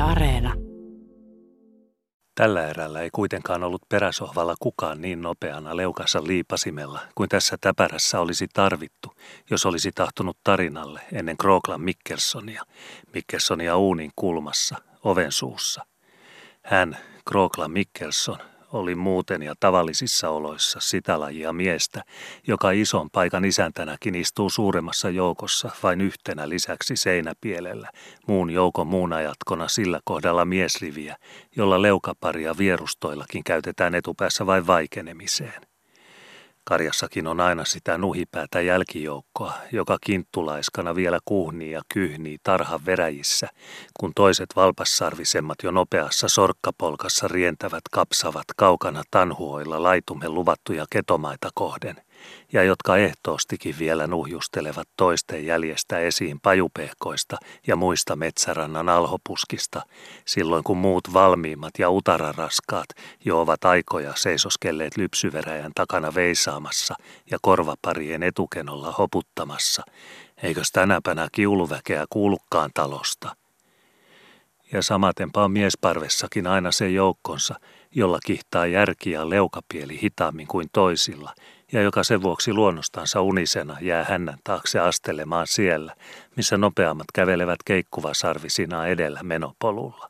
Areena. Tällä erällä ei kuitenkaan ollut peräsohvalla kukaan niin nopeana leukansa liipasimella kuin tässä täpärässä olisi tarvittu, jos olisi tahtonut tarinalle ennen Kroklan Mikkelsonia uunin kulmassa, oven suussa. Hän, Kroklan Mikkelson, oli muuten ja tavallisissa oloissa sitä lajia miestä, joka ison paikan isäntänäkin istuu suuremmassa joukossa vain yhtenä lisäksi seinäpielellä, muun joukon muuna jatkona sillä kohdalla miesriviä, jolla leukaparia vierustoillakin käytetään etupäässä vain vaikenemiseen. Karjassakin on aina sitä nuhipäätä jälkijoukkoa, joka kinttulaiskana vielä kuhnii ja kyhnii tarhan veräjissä, kun toiset valpassarvisemmat jo nopeassa sorkkapolkassa rientävät kapsavat kaukana tanhuoilla laitumme luvattuja ketomaita kohden, ja jotka ehtoostikin vielä nuhjustelevat toisten jäljestä esiin pajupehkoista ja muista metsärannan alhopuskista, silloin kun muut valmiimmat ja utararaskaat jo ovat aikoja seisoskelleet lypsyveräjän takana veisaamassa ja korvaparien etukenolla hoputtamassa, eikös tänäpänä kiuluväkeä kuulukaan talosta. Ja samatenpa on miesparvessakin aina se joukkonsa, jolla kihtaa järki ja leukapieli hitaammin kuin toisilla, ja joka sen vuoksi luonnostansa unisena jää hännän taakse astelemaan siellä, missä nopeammat kävelevät keikkuvasarvisina edellä menopolulla.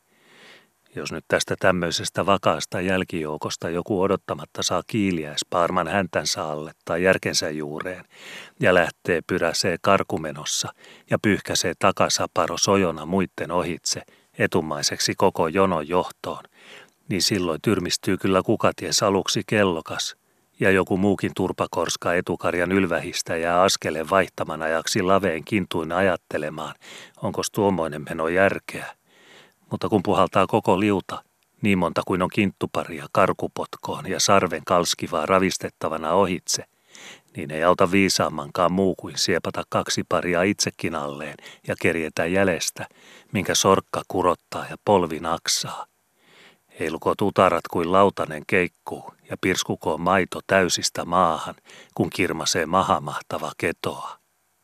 Jos nyt tästä tämmöisestä vakaasta jälkijoukosta joku odottamatta saa kiiliäispaarman häntänsä alle tai järkensä juureen ja lähtee pyräsee karkumenossa ja pyyhkäsee takasaparo sojona muitten ohitse etumaiseksi koko jonon johtoon, niin silloin tyrmistyy kyllä kukaties aluksi kellokas ja joku muukin turpakorska etukarjan ylvähistä jää askeleen vaihtaman ajaksi laveen kintuin ajattelemaan, onkos tuommoinen meno järkeä. Mutta kun puhaltaa koko liuta, niin monta kuin on kinttuparia karkupotkoon ja sarven kalskivaa ravistettavana ohitse, niin ei auta viisaammankaan muu kuin siepata 2 paria itsekin alleen ja kerjetä jäljestä, minkä sorkka kurottaa ja polvi naksaa. Heilukoot utarat kuin lautanen keikkuu ja pirskukoon maito täysistä maahan, kun kirmasee mahamahtava ketoa.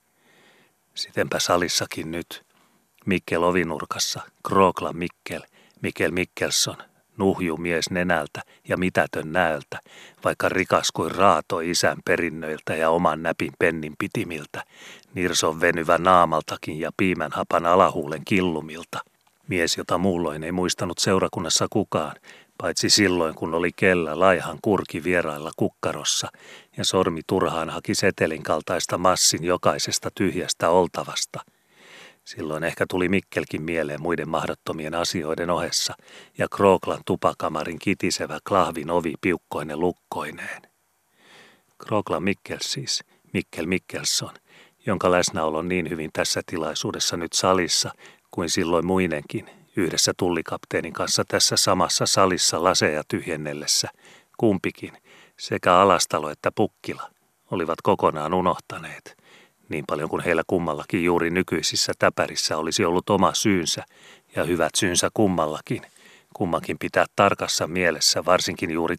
Sitenpä salissakin nyt. Mikkel ovinurkassa, Kroklan Mikkel Mikkelson, nuhjumies nenältä ja mitätön näöltä, vaikka rikas kuin raato isän perinnöiltä ja oman näpin pennin pitimiltä, nirson venyvä naamaltakin ja piimänhapan alahuulen killumilta. Mies, jota muulloin ei muistanut seurakunnassa kukaan, paitsi silloin kun oli kellä laihan kurki vierailla kukkarossa ja sormi turhaan haki setelin kaltaista massin jokaisesta tyhjästä oltavasta. Silloin ehkä tuli Mikkelkin mieleen muiden mahdottomien asioiden ohessa ja Kroklan tupakamarin kitisevä klahvin ovi piukkoinen lukkoineen. Kroklan siis, Mikkel Mikkelson, jonka läsnäolo on niin hyvin tässä tilaisuudessa nyt salissa kuin silloin muinenkin, yhdessä tullikapteenin kanssa tässä samassa salissa laseja tyhjennellessä, kumpikin, sekä Alastalo että Pukkila, olivat kokonaan unohtaneet. Niin paljon kuin heillä kummallakin juuri nykyisissä täpärissä olisi ollut oma syynsä ja hyvät syynsä kummallakin. Kummankin pitää tarkassa mielessä varsinkin juuri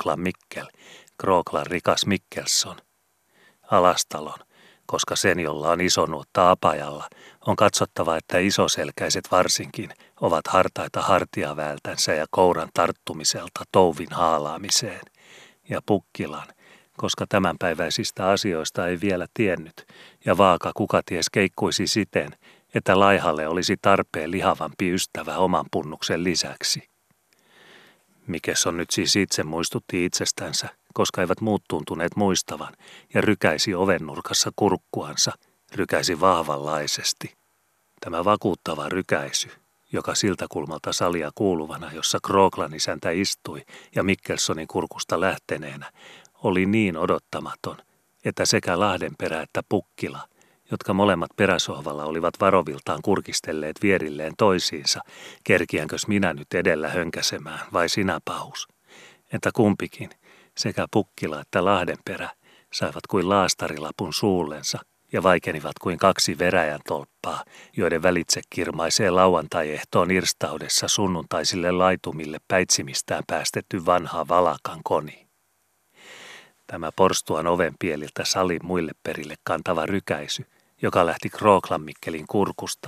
Kroklan rikas Mikkelson. Alastalon, koska sen, jolla on iso nuotta apajalla, on katsottava, että isoselkäiset varsinkin ovat hartaita hartiaväältänsä ja kouran tarttumiselta touvin haalaamiseen. Ja Pukkilan, koska tämänpäiväisistä asioista ei vielä tiennyt, ja vaaka kukaties keikkuisi siten, että laihalle olisi tarpeen lihavampi ystävä oman punnuksen lisäksi. Mikkelson nyt siis itse muistutti itsestänsä, koska eivät muut tuntuneet muistavan, ja rykäisi ovennurkassa kurkkuansa, rykäisi vahvanlaisesti. Tämä vakuuttava rykäisy, joka siltä kulmalta salia kuuluvana, jossa Kroklan isäntä istui ja Mikkelsonin kurkusta lähteneenä, oli niin odottamaton, että sekä Lahdenperä että Pukkila, jotka molemmat peräsohvalla olivat varoviltaan kurkistelleet vierilleen toisiinsa, kerkiänkös minä nyt edellä hönkäsemään vai sinä, Paus, että kumpikin, sekä Pukkila että Lahdenperä, saivat kuin laastarilapun suullensa ja vaikenivat kuin 2 veräjän tolppaa, joiden välitse kirmaisee lauantai-ehtoon irstaudessa sunnuntaisille laitumille päitsimistään päästetty vanha valakan koni. Tämä porstuan ovenpieliltä salin muille perille kantava rykäisy, joka lähti Kroklan Mikkelin kurkusta,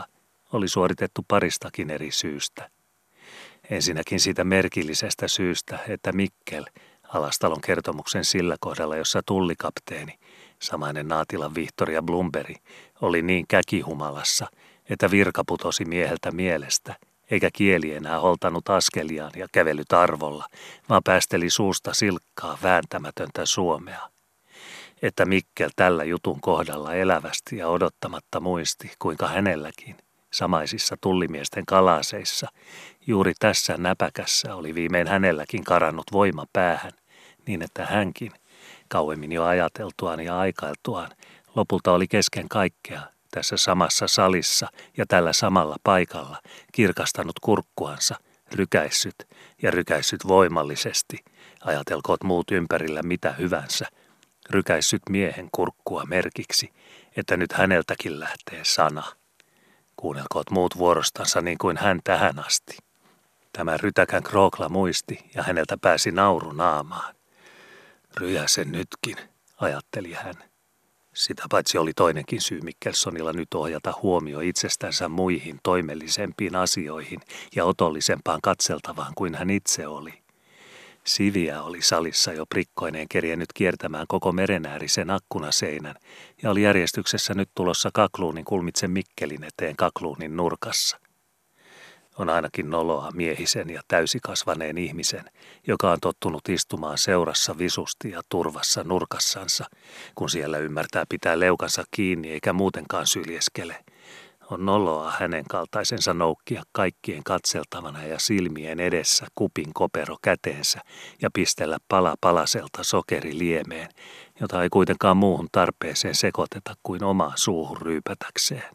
oli suoritettu paristakin eri syystä. Ensinnäkin siitä merkillisestä syystä, että Mikkel, Alastalon kertomuksen sillä kohdalla, jossa tullikapteeni, samainen naatilan Victoria Blumberg, oli niin käkihumalassa, että virka putosi mieheltä mielestä, eikä kieli enää holtanut askeliaan ja kävellyt arvolla, vaan päästeli suusta silkkaa vääntämätöntä suomea. Että Mikkel tällä jutun kohdalla elävästi ja odottamatta muisti, kuinka hänelläkin, samaisissa tullimiesten kalaseissa, juuri tässä näpäkässä oli viimein hänelläkin karannut voima päähän, niin että hänkin, kauemmin jo ajateltuaan ja aikailtuaan, lopulta oli kesken kaikkea tässä samassa salissa ja tällä samalla paikalla kirkastanut kurkkuansa, rykäissyt voimallisesti, ajatelkoot muut ympärillä mitä hyvänsä, rykäissyt miehen kurkkua merkiksi, että nyt häneltäkin lähtee sana. Kuunnelkoot muut vuorostansa niin kuin hän tähän asti. Tämä rytäkän Krokla muisti ja häneltä pääsi nauru naamaan. Ryjä sen nytkin, ajatteli hän. Sitä paitsi oli toinenkin syy Mikkelsonilla nyt ohjata huomio itsestänsä muihin toimellisempiin asioihin ja otollisempaan katseltavaan kuin hän itse oli. Siviä oli salissa jo prikkoineen kerjennyt kiertämään koko merenäärisen akkunaseinän ja oli järjestyksessä nyt tulossa Kakluunin kulmitse Mikkelin eteen Kakluunin nurkassa. On ainakin noloa miehisen ja täysikasvaneen ihmisen, joka on tottunut istumaan seurassa visusti ja turvassa nurkassansa, kun siellä ymmärtää pitää leukansa kiinni eikä muutenkaan syljeskele. On noloa hänen kaltaisensa noukkia kaikkien katseltavana ja silmien edessä kupin kopero käteensä ja pistellä pala palaselta sokeriliemeen, jota ei kuitenkaan muuhun tarpeeseen sekoiteta kuin omaan suuhun ryypätäkseen.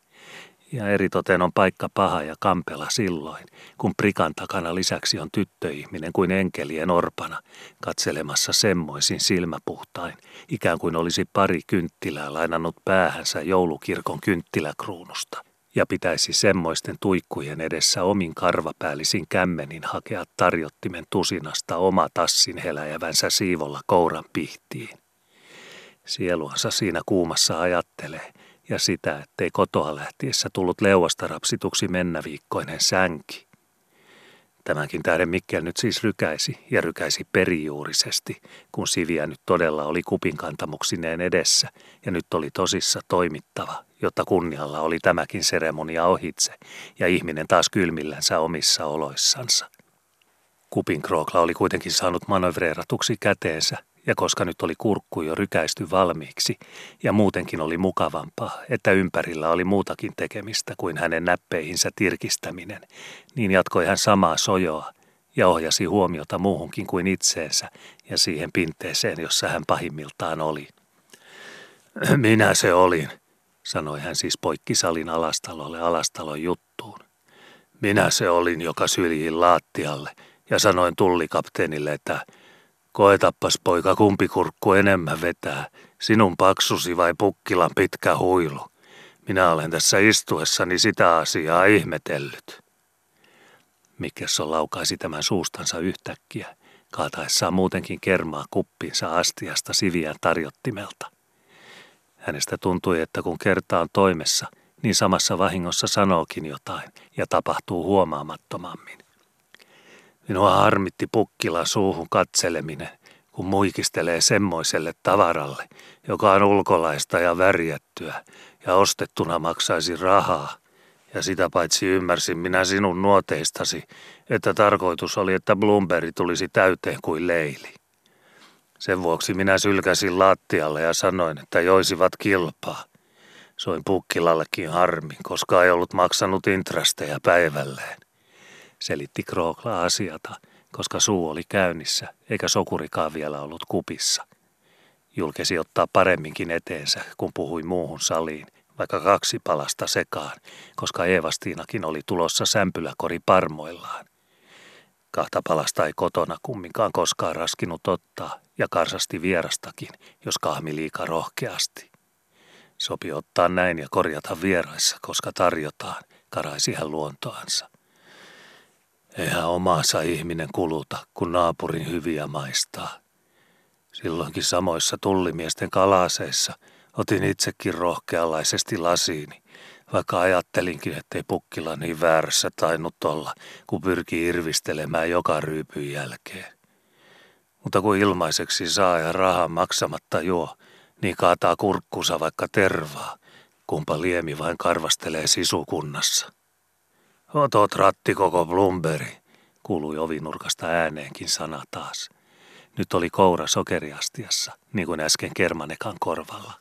Ja eritoten on paikka paha ja kampela silloin, kun prikan takana lisäksi on tyttöihminen kuin enkelien orpana, katselemassa semmoisin silmäpuhtain, ikään kuin olisi pari kynttilää lainannut päähänsä joulukirkon kynttiläkruunusta, ja pitäisi semmoisten tuikkujen edessä omin karvapäälisin kämmenin hakea tarjottimen tusinasta oma tassin heläjävänsä siivolla kouran pihtiin. Sieluansa siinä kuumassa ajattelee, ja sitä, ettei kotoa lähtiessä tullut leuasta rapsituksi mennäviikkoinen sänki. Tämänkin tähden Mikkel nyt siis rykäisi perijuurisesti, kun Siviä nyt todella oli kupinkantamuksineen edessä ja nyt oli tosissa toimittava, jotta kunnialla oli tämäkin seremonia ohitse ja ihminen taas kylmillänsä omissa oloissansa. Kupin Krokla oli kuitenkin saanut manövreeratuksi käteensä, ja koska nyt oli kurkku jo rykäisty valmiiksi, ja muutenkin oli mukavampaa, että ympärillä oli muutakin tekemistä kuin hänen näppeihinsä tirkistäminen, niin jatkoi hän samaa sojoa ja ohjasi huomiota muuhunkin kuin itseensä ja siihen pinteeseen, jossa hän pahimmiltaan oli. Minä se olin, sanoi hän siis poikkisalin Alastalolle Alastalon juttuun. Minä se olin, joka syljin laattialle ja sanoin tullikapteenille, että koetappas poika kumpi kurkku enemmän vetää, sinun paksusi vai Pukkilan pitkä huilu. Minä olen tässä istuessani sitä asiaa ihmetellyt. Mikkelson laukaisi tämän suustansa yhtäkkiä, kaataessaan muutenkin kermaa kuppinsa astiasta Siviän tarjottimelta. Hänestä tuntui, että kun kerta on toimessa, niin samassa vahingossa sanookin jotain ja tapahtuu huomaamattomammin. Minua harmitti Pukkilan suuhun katseleminen, kun muikistelee semmoiselle tavaralle, joka on ulkolaista ja värjättyä ja ostettuna maksaisi rahaa. Ja sitä paitsi ymmärsin minä sinun nuoteistasi, että tarkoitus oli, että Blumberg tulisi täyteen kuin leili. Sen vuoksi minä sylkäsin lattialle ja sanoin, että joisivat kilpaa. Soin Pukkilallekin harmi, koska ei ollut maksanut intrasteja päivälleen. Selitti Krokla asiata, koska suu oli käynnissä, eikä sokurikaan vielä ollut kupissa. Julkesi ottaa paremminkin eteensä, kun puhui muuhun saliin, vaikka 2 palasta sekaan, koska Eevastiinakin oli tulossa sämpyläkori parmoillaan. 2 palasta ei kotona kumminkaan koskaan raskinut ottaa, ja karsasti vierastakin, jos kahmi liika rohkeasti. Sopi ottaa näin ja korjata vieraissa, koska tarjotaan, karaisi hän luontoansa. Eihän omaansa ihminen kuluta, kun naapurin hyviä maistaa. Silloinkin samoissa tullimiesten kalaseissa otin itsekin rohkeanlaisesti lasiini, vaikka ajattelinkin, ettei Pukkila niin väärässä tainnut olla, kun pyrkii irvistelemään joka ryypyn jälkeen. Mutta kun ilmaiseksi saa ja rahan maksamatta juo, niin kaataa kurkkunsa vaikka tervaa, kumpa liemi vain karvastelee sisukunnassa. Otot ratti koko Blumberi, kuului ovinurkasta ääneenkin sana taas. Nyt oli koura sokeriastiassa, niin kuin äsken Kermanekan korvalla.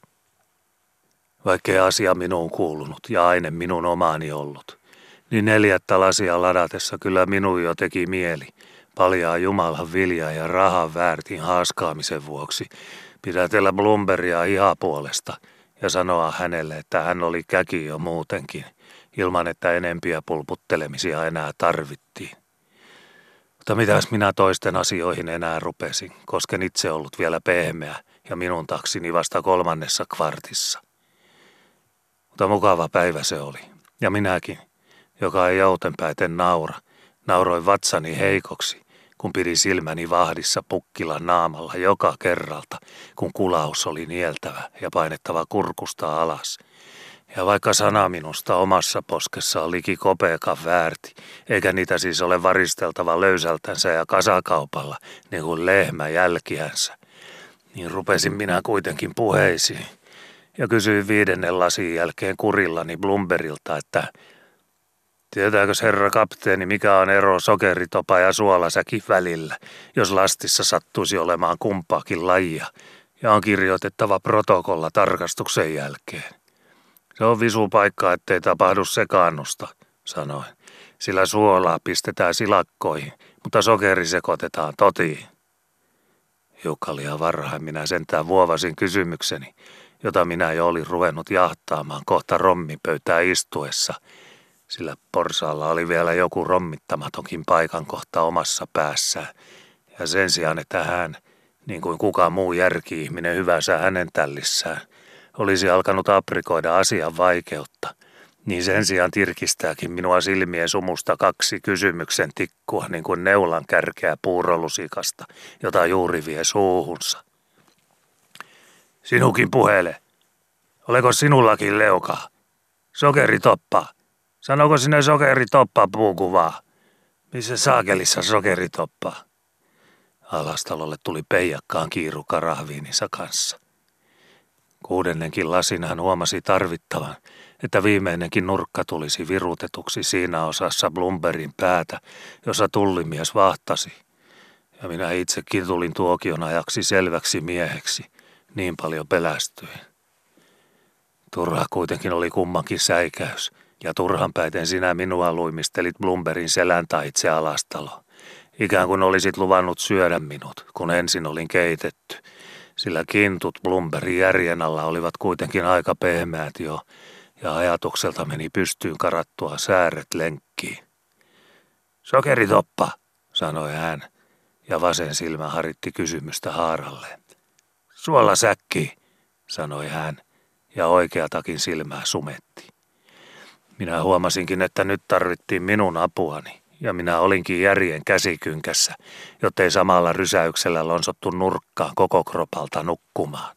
Vaikkei asia minuun kuulunut ja aine minun omaani ollut, niin 4 lasia ladatessa kyllä minun jo teki mieli, paljaa Jumalan viljaa ja rahan väärtin haaskaamisen vuoksi, pidätellä Blumberia ihapuolesta ja sanoa hänelle, että hän oli käki jo muutenkin, ilman että enempiä pulputtelemisia enää tarvittiin. Mutta mitäs minä toisten asioihin enää rupesin, kosken itse ollut vielä pehmeä ja minun taksini vasta 3. kvartissa. Mutta mukava päivä se oli, ja minäkin, joka ei joutenpäiten nauroin vatsani heikoksi, kun pidin silmäni vahdissa Pukkilan naamalla joka kerralta, kun kulaus oli nieltävä ja painettava kurkusta alas. Ja vaikka sana minusta omassa poskessa oli liki kopeekan väärti, eikä niitä siis ole varisteltava löysältänsä ja kasakaupalla, niin kuin lehmä jälkiänsä, niin rupesin minä kuitenkin puheisiin. Ja kysyin 5. lasin jälkeen kurillani Blumberilta, että tietääkö herra kapteeni, mikä on ero sokeritopa ja suolasäkin välillä, jos lastissa sattuisi olemaan kumpaakin lajia, ja on kirjoitettava protokolla tarkastuksen jälkeen. Se on visupaikka, ettei tapahdu sekaannusta, sanoin, sillä suolaa pistetään silakkoihin, mutta sokeri sekoitetaan totiin. Hiukkalia varhain minä sentään vuovasin kysymykseni, jota minä jo olin ruvennut jahtaamaan kohta rommipöytää istuessa, sillä porsaalla oli vielä joku rommittamatonkin paikan kohta omassa päässään, ja sen sijaan, että hän, niin kuin kuka muu järki-ihminen hyvänsä hänen tällissään, olisi alkanut aprikoida asian vaikeutta, niin sen sijaan tirkistääkin minua silmien sumusta 2 kysymyksen tikkua, niin kuin neulan kärkeä puurolusikasta, jota juuri vie suuhunsa. Sinukin puhele. Oleko sinullakin leukaa? Sokeritoppa. Sanoko sinne sokeritoppa puukuvaa? Missä saakelissa sokeritoppa? Alastalolle tuli peijakkaan kiirukka rahviininsa kanssa. 6. lasin hän huomasi tarvittavan, että viimeinenkin nurkka tulisi virutetuksi siinä osassa Blumberin päätä, jossa tullimies vahtasi. Ja minä itsekin tulin tuokion ajaksi selväksi mieheksi, niin paljon pelästyin. Turha kuitenkin oli kummankin säikäys, ja turhanpäiten sinä minua luimistelit Blumberin selän taitse alastalo. Ikään kuin olisit luvannut syödä minut, kun ensin olin keitetty, sillä kintut Blumberin järjen alla olivat kuitenkin aika pehmeät jo, ja ajatukselta meni pystyyn karattua sääret lenkkiin. Sokeritoppa, sanoi hän, ja vasen silmä haritti kysymystä haaralleen. Suolasäkki, sanoi hän, ja oikeatakin silmää sumetti. Minä huomasinkin, että nyt tarvittiin minun apuani, ja minä olinkin järjen käsikynkässä, jottei samalla rysäyksellä lonsottu nurkkaan koko kropalta nukkumaan.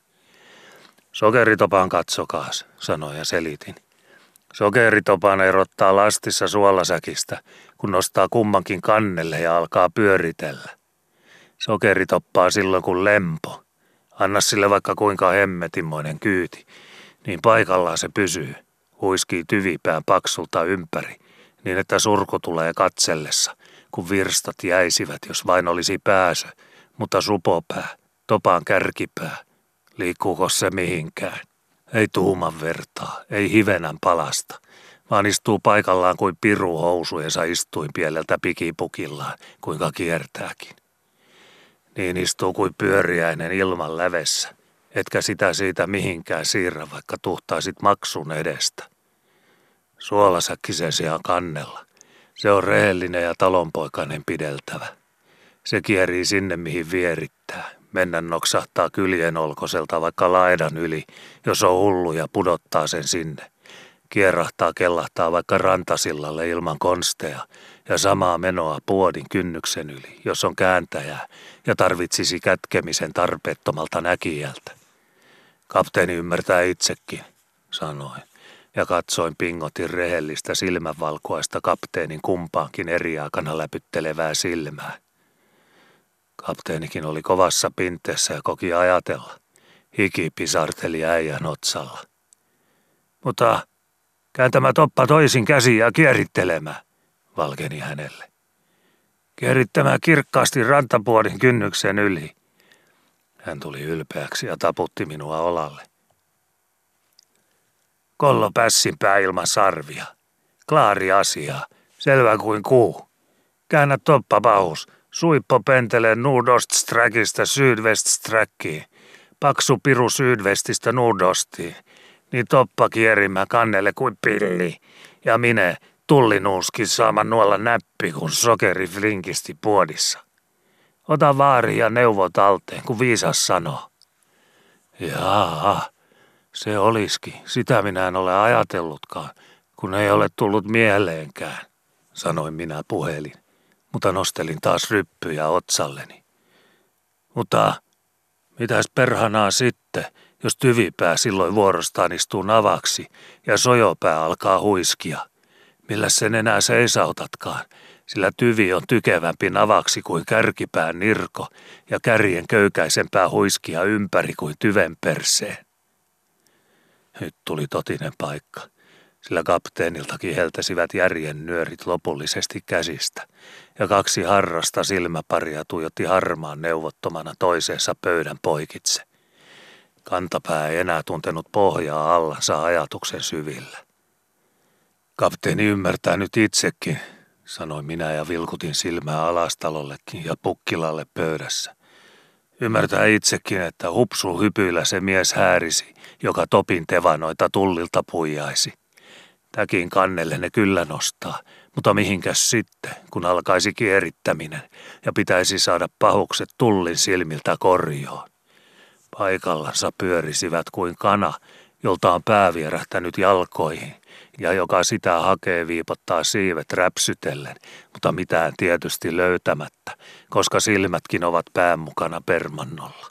Sokeritopan katsokaas, sanoin ja selitin. Sokeritopan erottaa lastissa suolasäkistä, kun nostaa kummankin kannelle ja alkaa pyöritellä. Sokeritoppaa silloin kun lempo. Anna sille vaikka kuinka hemmetinmoinen kyyti, niin paikallaan se pysyy. Huiskii tyvipään paksulta ympäri, niin että surku tulee katsellessa, kun virstat jäisivät, jos vain olisi pääsö, mutta supopää, topan kärkipää, liikkuuko se mihinkään? Ei tuuman vertaa, ei hivenän palasta, vaan istuu paikallaan kuin piru housujensa istuinpieleltä pikipukillaan, kuinka kiertääkin. Niin istuu kuin pyöriäinen ilman lävessä, etkä sitä siitä mihinkään siirrä, vaikka tuhtaisit maksun edestä. Suolasäkki sen sijaan kannella. Se on rehellinen ja talonpoikainen pideltävä. Se kierii sinne, mihin vierittää. Mennä noksahtaa kyljen olkoselta vaikka laidan yli, jos on hullu ja pudottaa sen sinne. Kierrahtaa kellahtaa vaikka rantasillalle ilman konsteja ja samaa menoa puodin kynnyksen yli, jos on kääntäjää ja tarvitsisi kätkemisen tarpeettomalta näkijältä. Kapteeni ymmärtää itsekin, sanoin, Ja katsoin pingotin rehellistä silmänvalkuaista kapteenin kumpaankin eri aikana läpyttelevää silmää. Kapteenikin oli kovassa pinteessä ja koki ajatella. Hiki pisarteli äijän otsalla. Mutta kääntämä toppa toisin käsiin ja kierittelemään, valkeni hänelle. Kierittämään kirkkaasti rantapuodin kynnyksen yli. Hän tuli ylpeäksi ja taputti minua olalle. Kollo pässinpää ilman sarvia. Klaari asia, selvä kuin kuu. Käännä toppa pahus, suippo pentelee Nordoststräkistä Sydväststräkkiin. Paksu piru Sydvästistä Nordostiin. Niin toppa kierimä kannelle kuin pilli. Ja minä tullinuuskin saaman nuolla näppi, kun sokeri flinkisti puodissa. Ota vaari ja neuvo talteen, kun viisas sanoo. Jaa, se olisikin. Sitä minä en ole ajatellutkaan, kun ei ole tullut mieleenkään, sanoin minä puhelin, mutta nostelin taas ryppyjä otsalleni. Mutta mitäs perhanaa sitten, jos tyvipää silloin vuorostaan istuu navaksi ja sojopää alkaa huiskia? Millä sen enää seisautatkaan, sillä tyvi on tykevämpi navaksi kuin kärkipään nirko ja kärjen köykäisempää huiskia ympäri kuin tyven perseen. Nyt tuli totinen paikka, sillä kapteeniltakin heltäsivät järjen nyörit lopullisesti käsistä, ja 2 harrasta silmäparia tuijotti harmaan neuvottomana toiseensa pöydän poikitse. Kantapää ei enää tuntenut pohjaa allansa ajatuksen syvillä. Kapteeni ymmärtää nyt itsekin, sanoin minä ja vilkutin silmää Alastalollekin ja Pukkilalle pöydässä. Ymmärtää itsekin, että hupsu hypyillä se mies häärisi, joka topin tevanoita tullilta puijaisi. Täkin kannelle ne kyllä nostaa, mutta mihinkäs sitten, kun alkaisi kierittäminen ja pitäisi saada pahukset tullin silmiltä korjoon. Paikallansa pyörisivät kuin kana, jolta on pää vierähtänyt jalkoihin ja joka sitä hakee viipottaa siivet räpsytellen, mutta mitään tietysti löytämättä, koska silmätkin ovat pään mukana permannolla.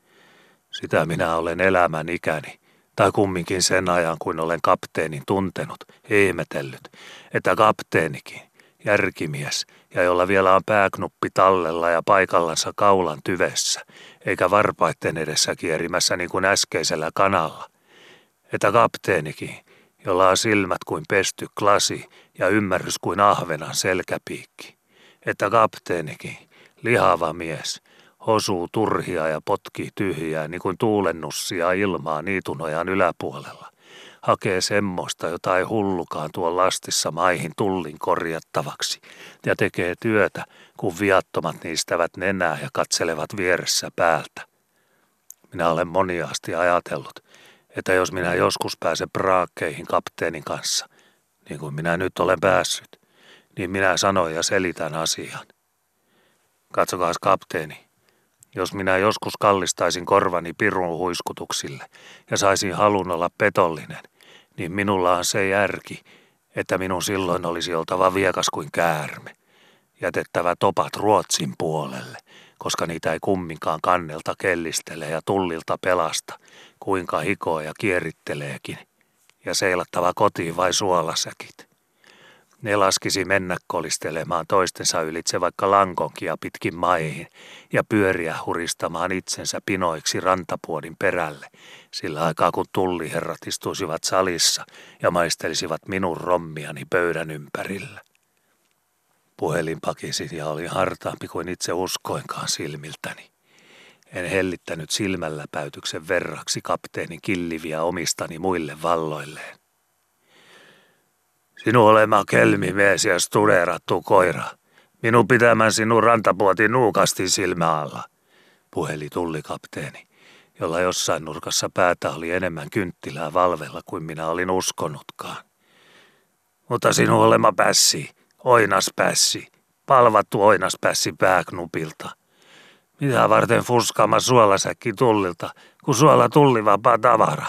Sitä minä olen elämän ikäni, tai kumminkin sen ajan, kun olen kapteenin tuntenut, ihmetellyt, että kapteenikin, järkimies, ja jolla vielä on pääknuppi tallella ja paikallansa kaulan tyvessä, eikä varpaitten edessä kierimässä niin kuin äskeisellä kanalla, että kapteenikin, jolla on silmät kuin pesty klasi ja ymmärrys kuin ahvenan selkäpiikki, että kapteenikin, lihava mies, hosuu turhia ja potkii tyhjää niin kuin tuulennussia ilmaa niitunojan yläpuolella, hakee semmoista, jota ei hullukaan tuo lastissa maihin tullin korjattavaksi ja tekee työtä, kun viattomat niistävät nenää ja katselevat vieressä päältä. Minä olen moniaasti ajatellut, että jos minä joskus pääsen praakkeihin kapteenin kanssa, niin kuin minä nyt olen päässyt, niin minä sanon ja selitän asian. Katsokaas kapteeni, jos minä joskus kallistaisin korvani pirun huiskutuksille ja saisin halun olla petollinen, niin minulla on se järki, että minun silloin olisi oltava viekas kuin käärme, jätettävä topat Ruotsin puolelle, koska niitä ei kumminkaan kannelta kellistele ja tullilta pelasta, kuinka hikoo ja kieritteleekin, ja seilattava kotiin vai suolasäkit. Ne laskisi mennä kolistelemaan toistensa ylitse vaikka lankonkia pitkin maihin ja pyöriä huristamaan itsensä pinoiksi rantapuodin perälle, sillä aikaa kun tulliherrat istuisivat salissa ja maistelisivat minun rommiani pöydän ympärillä. Puhelin pakisi ja olin hartaampi kuin itse uskoinkaan silmiltäni. En hellittänyt silmälläpäytyksen verraksi kapteenin killiviä omistani muille valloilleen. Sinun olema kelmimies ja studeerattu koira. Minun pitämän sinun rantapuoti nuukasti silmä alla, puheli tullikapteeni, jolla jossain nurkassa päätä oli enemmän kynttilää valvella kuin minä olin uskonutkaan. Mutta sinun olema pässi, oinaspässi, palvattu oinaspässi pääknupilta. Mitä varten fuskaama suolasäkki tullilta, kun suola tullivapaa tavara?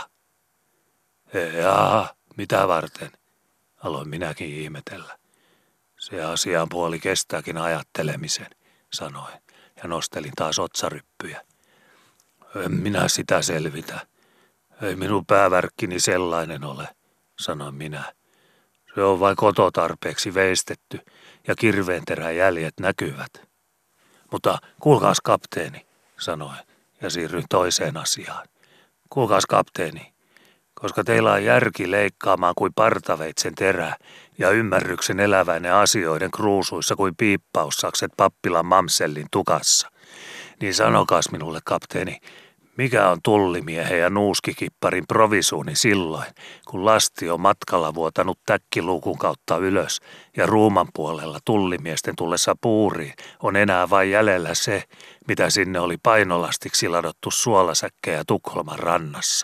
Jaa, mitä varten? Aloin minäkin ihmetellä. Se asian puoli kestääkin ajattelemisen, sanoin, ja nostelin taas otsaryppyjä. En minä sitä selvitä. Ei minun päävärkkini sellainen ole, sanoin minä. Se on vain kototarpeeksi veistetty ja kirveenterän jäljet näkyvät. Mutta kuulkaas kapteeni, sanoin ja siirryin toiseen asiaan. Kuulkaas kapteeni, koska teillä on järki leikkaamaan kuin partaveitsen terää ja ymmärryksen eläväinen asioiden kruusuissa kuin piippaussakset pappilan mamsellin tukassa, niin sanokaas minulle kapteeni, mikä on tullimiehen ja nuuskikipparin provisuuni silloin, kun lasti on matkalla vuotanut täkkiluukun kautta ylös ja ruuman puolella tullimiesten tullessa puuriin on enää vain jäljellä se, mitä sinne oli painolastiksi ladottu suolasäkkejä Tukholman rannassa.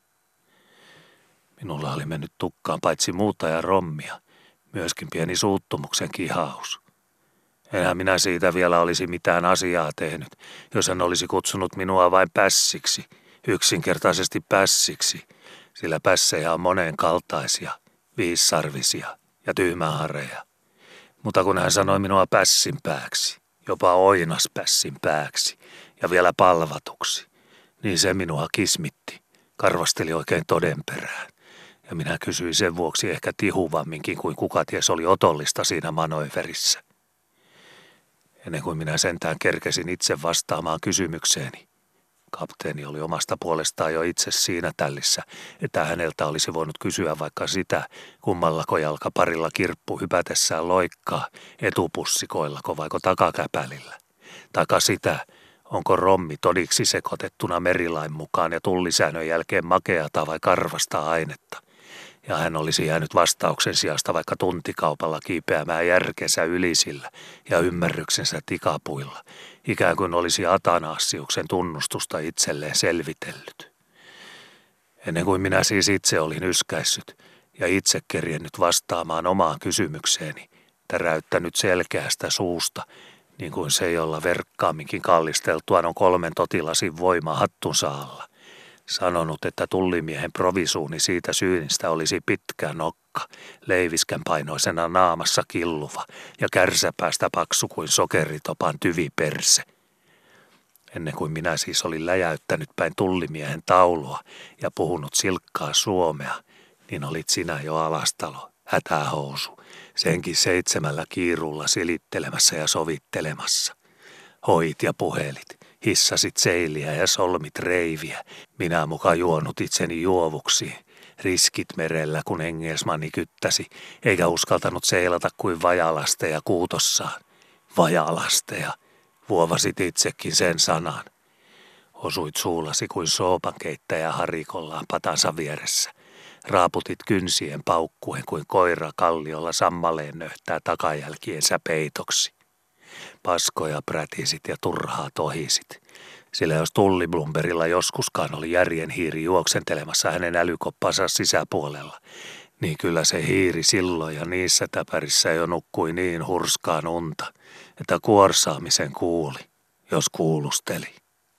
Minulla oli mennyt tukkaan paitsi muuta ja rommia, myöskin pieni suuttumuksen kihaus. Enhän minä siitä vielä olisi mitään asiaa tehnyt, jos hän olisi kutsunut minua vain pässiksi, yksinkertaisesti pässiksi, sillä pässejä on moneen kaltaisia, viissarvisia ja tyhmähareja. Mutta kun hän sanoi minua pässinpääksi, jopa oinaspässinpääksi ja vielä palvatuksi, niin se minua kismitti, karvasteli oikein todenperään. Ja minä kysyin sen vuoksi ehkä tihuvamminkin kuin kuka ties oli otollista siinä manööverissä. Ennen kuin minä sentään kerkesin itse vastaamaan kysymykseeni. Kapteeni oli omasta puolestaan jo itse siinä tällissä, että häneltä olisi voinut kysyä vaikka sitä, kummallako jalkaparilla kirppu hypätessään loikkaa, etupussikoillako vaiko takakäpälillä. Taikka sitä, onko rommi todiksi sekoitettuna merilain mukaan ja tullisäännön jälkeen makeata vai karvasta ainetta. Ja hän olisi jäänyt vastauksen sijasta vaikka tuntikaupalla kiipeämään järkensä ylisillä ja ymmärryksensä tikapuilla, ikään kuin olisi Atanasiuksen tunnustusta itselleen selvitellyt. Ennen kuin minä siis itse olin yskäissyt ja itse kerjennyt vastaamaan omaan kysymykseeni, täräyttänyt selkeästä suusta, niin kuin se, jolla verkkaamminkin kallisteltuaan on 3 totilasin voima hattunsa alla. Sanonut, että tullimiehen provisuuni siitä syynistä olisi pitkä nokka, leiviskän painoisena naamassa killuva ja kärsäpäästä paksu kuin sokeritopan tyviperse. Ennen kuin minä siis olin läjäyttänyt päin tullimiehen taulua ja puhunut silkkaa suomea, niin olit sinä jo Alastalo, hätähousu, senkin 7 kiirulla silittelemässä ja sovittelemassa. Hoit ja puhelit. Hissasit seiliä ja solmit reiviä, minä muka juonut itseni juovuksi. Riskit merellä, kun engelsmanni kyttäsi, eikä uskaltanut seilata kuin vajalasteja kuutossaan. Vajalasteja, vuovasit itsekin sen sanan. Osuit suullasi kuin soopankeittäjä harikollaan patansa vieressä. Raaputit kynsien paukkuen kuin koira kalliolla sammaleen nöhtää takajälkiensä peitoksi. Paskoja prätisit ja turhaa tohisit, sillä jos Tulliblumberilla joskuskaan oli järjen hiiri juoksentelemassa hänen älykoppansa sisäpuolella, niin kyllä se hiiri silloin ja niissä täpärissä jo nukkui niin hurskaan unta, että kuorsaamisen kuuli, jos kuulusteli.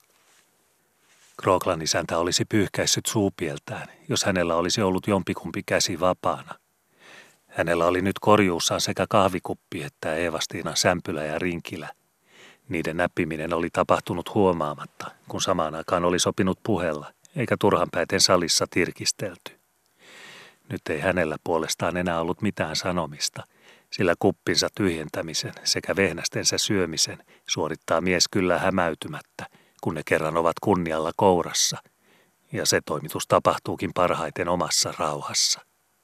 Kroklan isäntä olisi pyyhkäissyt suupieltään, jos hänellä olisi ollut jompikumpi käsi vapaana. Hänellä oli nyt korjuussaan sekä kahvikuppi että Eevastiinan sämpylä ja rinkilä. Niiden näppiminen oli tapahtunut huomaamatta, kun samaan aikaan oli sopinut puhella, eikä turhanpäiten salissa tirkistelty. Nyt ei hänellä puolestaan enää ollut mitään sanomista, sillä kuppinsa tyhjentämisen sekä vehnästensä syömisen suorittaa mies kyllä hämäytymättä, kun ne kerran ovat kunnialla kourassa, ja se toimitus tapahtuukin parhaiten omassa rauhassa.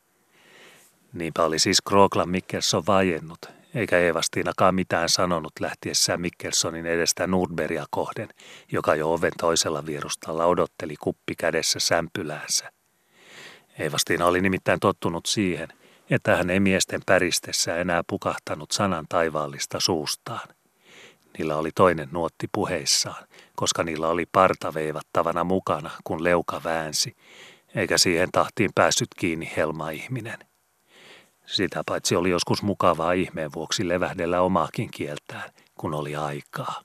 Niinpä oli siis Kroklan Mikkelson vaiennut, eikä Eevastiinakaan mitään sanonut lähtiessään Mikkelsonin edestä Nordbergia kohden, joka jo oven toisella vierustalla odotteli kuppi kädessä sämpyläänsä. Eevastiina oli nimittäin tottunut siihen, että hän ei miesten päristessä enää pukahtanut sanan taivaallista suustaan. Niillä oli toinen nuotti puheissaan, koska niillä oli parta veivattavana mukana, kun leuka väänsi, eikä siihen tahtiin päässyt kiinni helmaihminen. Sitä paitsi oli joskus mukavaa ihmeen vuoksi levähdellä omaakin kieltään, kun oli aikaa.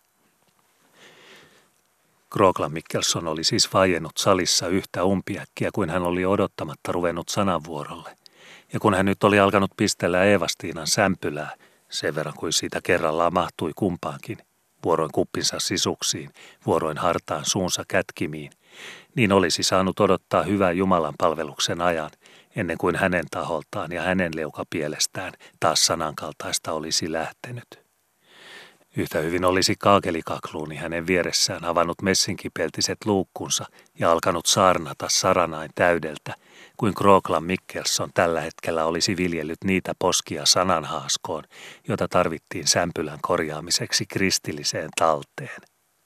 Kroklan Mikkelson oli siis vaiennut salissa yhtä umpiäkkiä kuin hän oli odottamatta ruvennut sananvuorolle. Ja kun hän nyt oli alkanut pistellä Eevastiinan sämpylää, sen verran kuin siitä kerrallaan mahtui kumpaankin, vuoroin kuppinsa sisuksiin, vuoroin hartaan suunsa kätkimiin, niin olisi saanut odottaa hyvän Jumalan palveluksen ajan, ennen kuin hänen taholtaan ja hänen leukapielestään taas sanankaltaista olisi lähtenyt. Yhtä hyvin olisi kaakelikakluuni hänen vieressään avannut messinkipeltiset luukkunsa ja alkanut saarnata saranain täydeltä, kuin Kroklan Mikkelson tällä hetkellä olisi viljellyt niitä poskia sananhaaskoon, jota tarvittiin sämpylän korjaamiseksi kristilliseen talteen.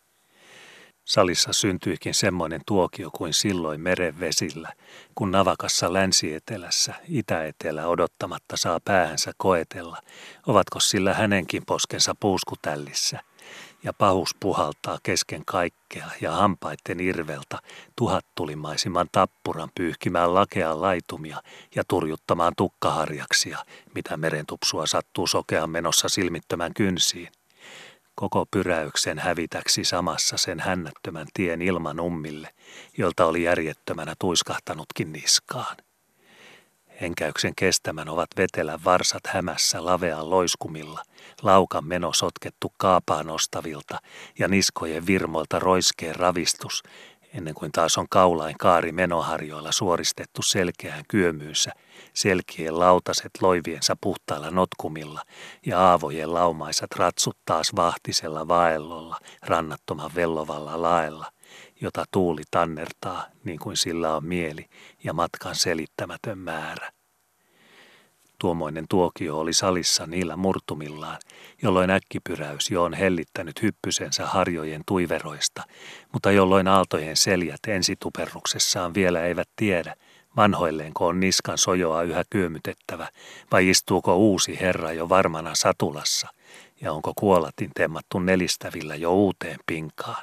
Salissa syntyikin semmoinen tuokio kuin silloin meren vesillä, kun navakassa länsi-etelässä, itä-etelä odottamatta saa päähänsä koetella, ovatko sillä hänenkin poskensa puuskutällissä, ja pahus puhaltaa kesken kaikkea ja hampaitten irveltä tuhattulimaisimman tappuran pyyhkimään lakean laitumia ja turjuttamaan tukkaharjaksia, mitä merentupsua sattuu sokean menossa silmittömän kynsiin. Koko pyräyksen hävitäksi samassa sen hännättömän tien ilman ummille, jolta oli järjettömänä tuiskahtanutkin niskaan. Henkäyksen kestämän ovat vetelän varsat hämässä lavean loiskumilla, laukan meno sotkettu kaapaan nostavilta ja niskojen virmoilta roiskeen ravistus, ennen kuin taas on kaulain kaari menoharjoilla suoristettu selkeään kyömyynsä, selkien lautaset loiviensa puhtailla notkumilla ja aavojen laumaisat ratsut taas vahtisella vaellolla, rannattoman vellovalla laella, jota tuuli tannertaa niin kuin sillä on mieli ja matkan selittämätön määrä. Tuommoinen tuokio oli salissa niillä murtumillaan, jolloin äkkipyräys jo on hellittänyt hyppysensä harjojen tuiveroista, mutta jolloin aaltojen seljät ensituperruksessaan vielä eivät tiedä, vanhoilleenko on niskan sojoa yhä kyömytettävä, vai istuuko uusi herra jo varmana satulassa, ja onko kuolatin temmattu nelistävillä jo uuteen pinkaan.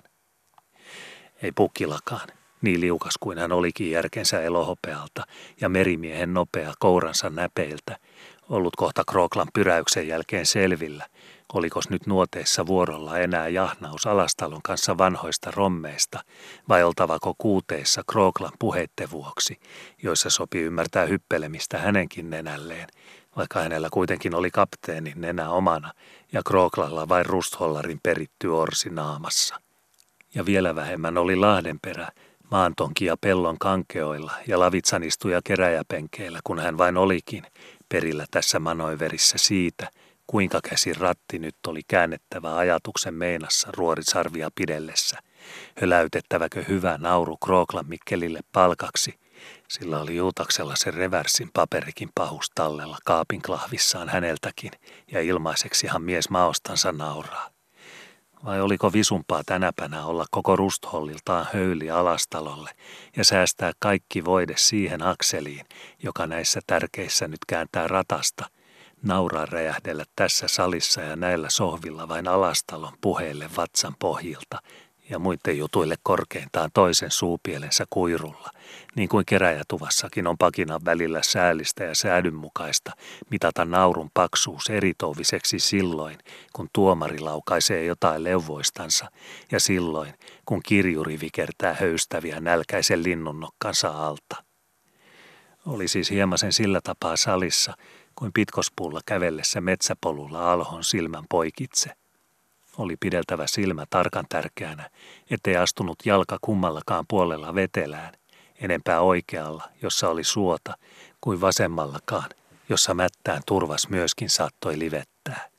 Ei Pukkilakaan, niin liukas kuin hän olikin järkensä elohopealta ja merimiehen nopea kouransa näpeiltä, ollut kohta Kroklan pyräyksen jälkeen selvillä, olikos nyt nuoteissa vuorolla enää jahnaus Alastalon kanssa vanhoista rommeista, vai oltavako kuuteissa Kroklan puheitten vuoksi, joissa sopi ymmärtää hyppelemistä hänenkin nenälleen, vaikka hänellä kuitenkin oli kapteenin nenä omana ja Kroklalla vain rusthollarin peritty orsi naamassa. Ja vielä vähemmän oli Lahdenperä, maantonkia pellon kankeoilla ja lavitsanistuja keräjäpenkeillä, kun hän vain olikin, perillä tässä manoiverissä siitä, kuinka käsin ratti nyt oli käännettävä ajatuksen meinassa ruorisarvia pidellessä, höläytettäväkö hyvä nauru Kroklan Mikkelille palkaksi, sillä oli Juutaksella se reversin paperikin pahus tallella kaapin klahvissaan häneltäkin, ja ilmaiseksihan mies maostansa nauraa. Vai oliko visumpaa tänäpänä olla koko rustholliltaan höyli Alastalolle ja säästää kaikki voide siihen akseliin, joka näissä tärkeissä nyt kääntää ratasta, nauraa räjähdellä tässä salissa ja näillä sohvilla vain Alastalon puheille vatsan pohjilta ja muiden jutuille korkeintaan toisen suupielensä kuirulla, niin kuin keräjätuvassakin on pakinan välillä säällistä ja säädynmukaista mitata naurun paksuus eritouviseksi silloin, kun tuomari laukaisee jotain leuvoistansa ja silloin, kun kirjuri vikertää höystäviä nälkäisen linnunnokkansa alta. Oli siis hieman sillä tapaa salissa, kuin pitkospuulla kävellessä metsäpolulla alhon silmän poikitse. Oli pideltävä silmä tarkan tärkeänä, ettei astunut jalka kummallakaan puolella vetelään, enempää oikealla, jossa oli suota, kuin vasemmallakaan, jossa mättään turvas myöskin saattoi livettää.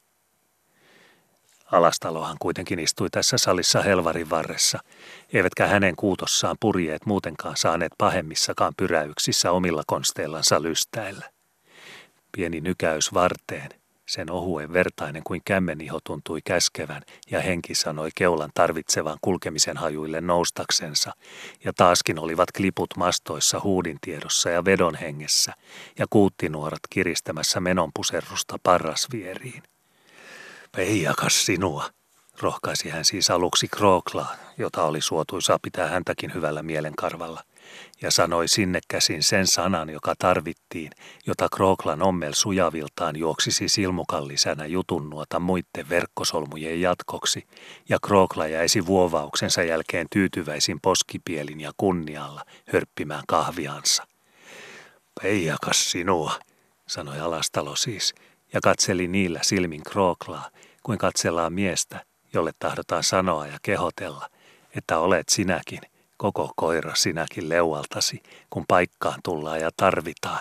Alastalohan kuitenkin istui tässä salissa helvarin varressa, eivätkä hänen kuutossaan purjeet muutenkaan saaneet pahemmissakaan pyräyksissä omilla konsteillansa lystäillä. Pieni nykäys varteen, sen ohuen vertainen kuin kämmeniho tuntui käskevän ja henki sanoi keulan tarvitsevan kulkemisen hajuille noustaksensa, ja taaskin olivat kliput mastoissa huudin tiedossa ja vedon hengessä, ja kuuttinuorat kiristämässä menonpuserrusta parrasvieriin. Peijakas sinua, rohkaisi hän siis aluksi Kroklaa, jota oli suotuisaa pitää häntäkin hyvällä mielenkarvalla, ja sanoi sinne käsin sen sanan, joka tarvittiin, jota Kroklan ommel sujaviltaan juoksisi silmukallisänä jutunnuota muitten verkkosolmujen jatkoksi, ja Krokla jäisi vuovauksensa jälkeen tyytyväisin poskipielin ja kunnialla hörppimään kahviansa. Peijakas sinua, sanoi Alastalo siis, ja katseli niillä silmin Kroklaa, kuin katsellaan miestä, jolle tahdotaan sanoa ja kehotella, että olet sinäkin, koko koira sinäkin leualtasi, kun paikkaan tullaan ja tarvitaan,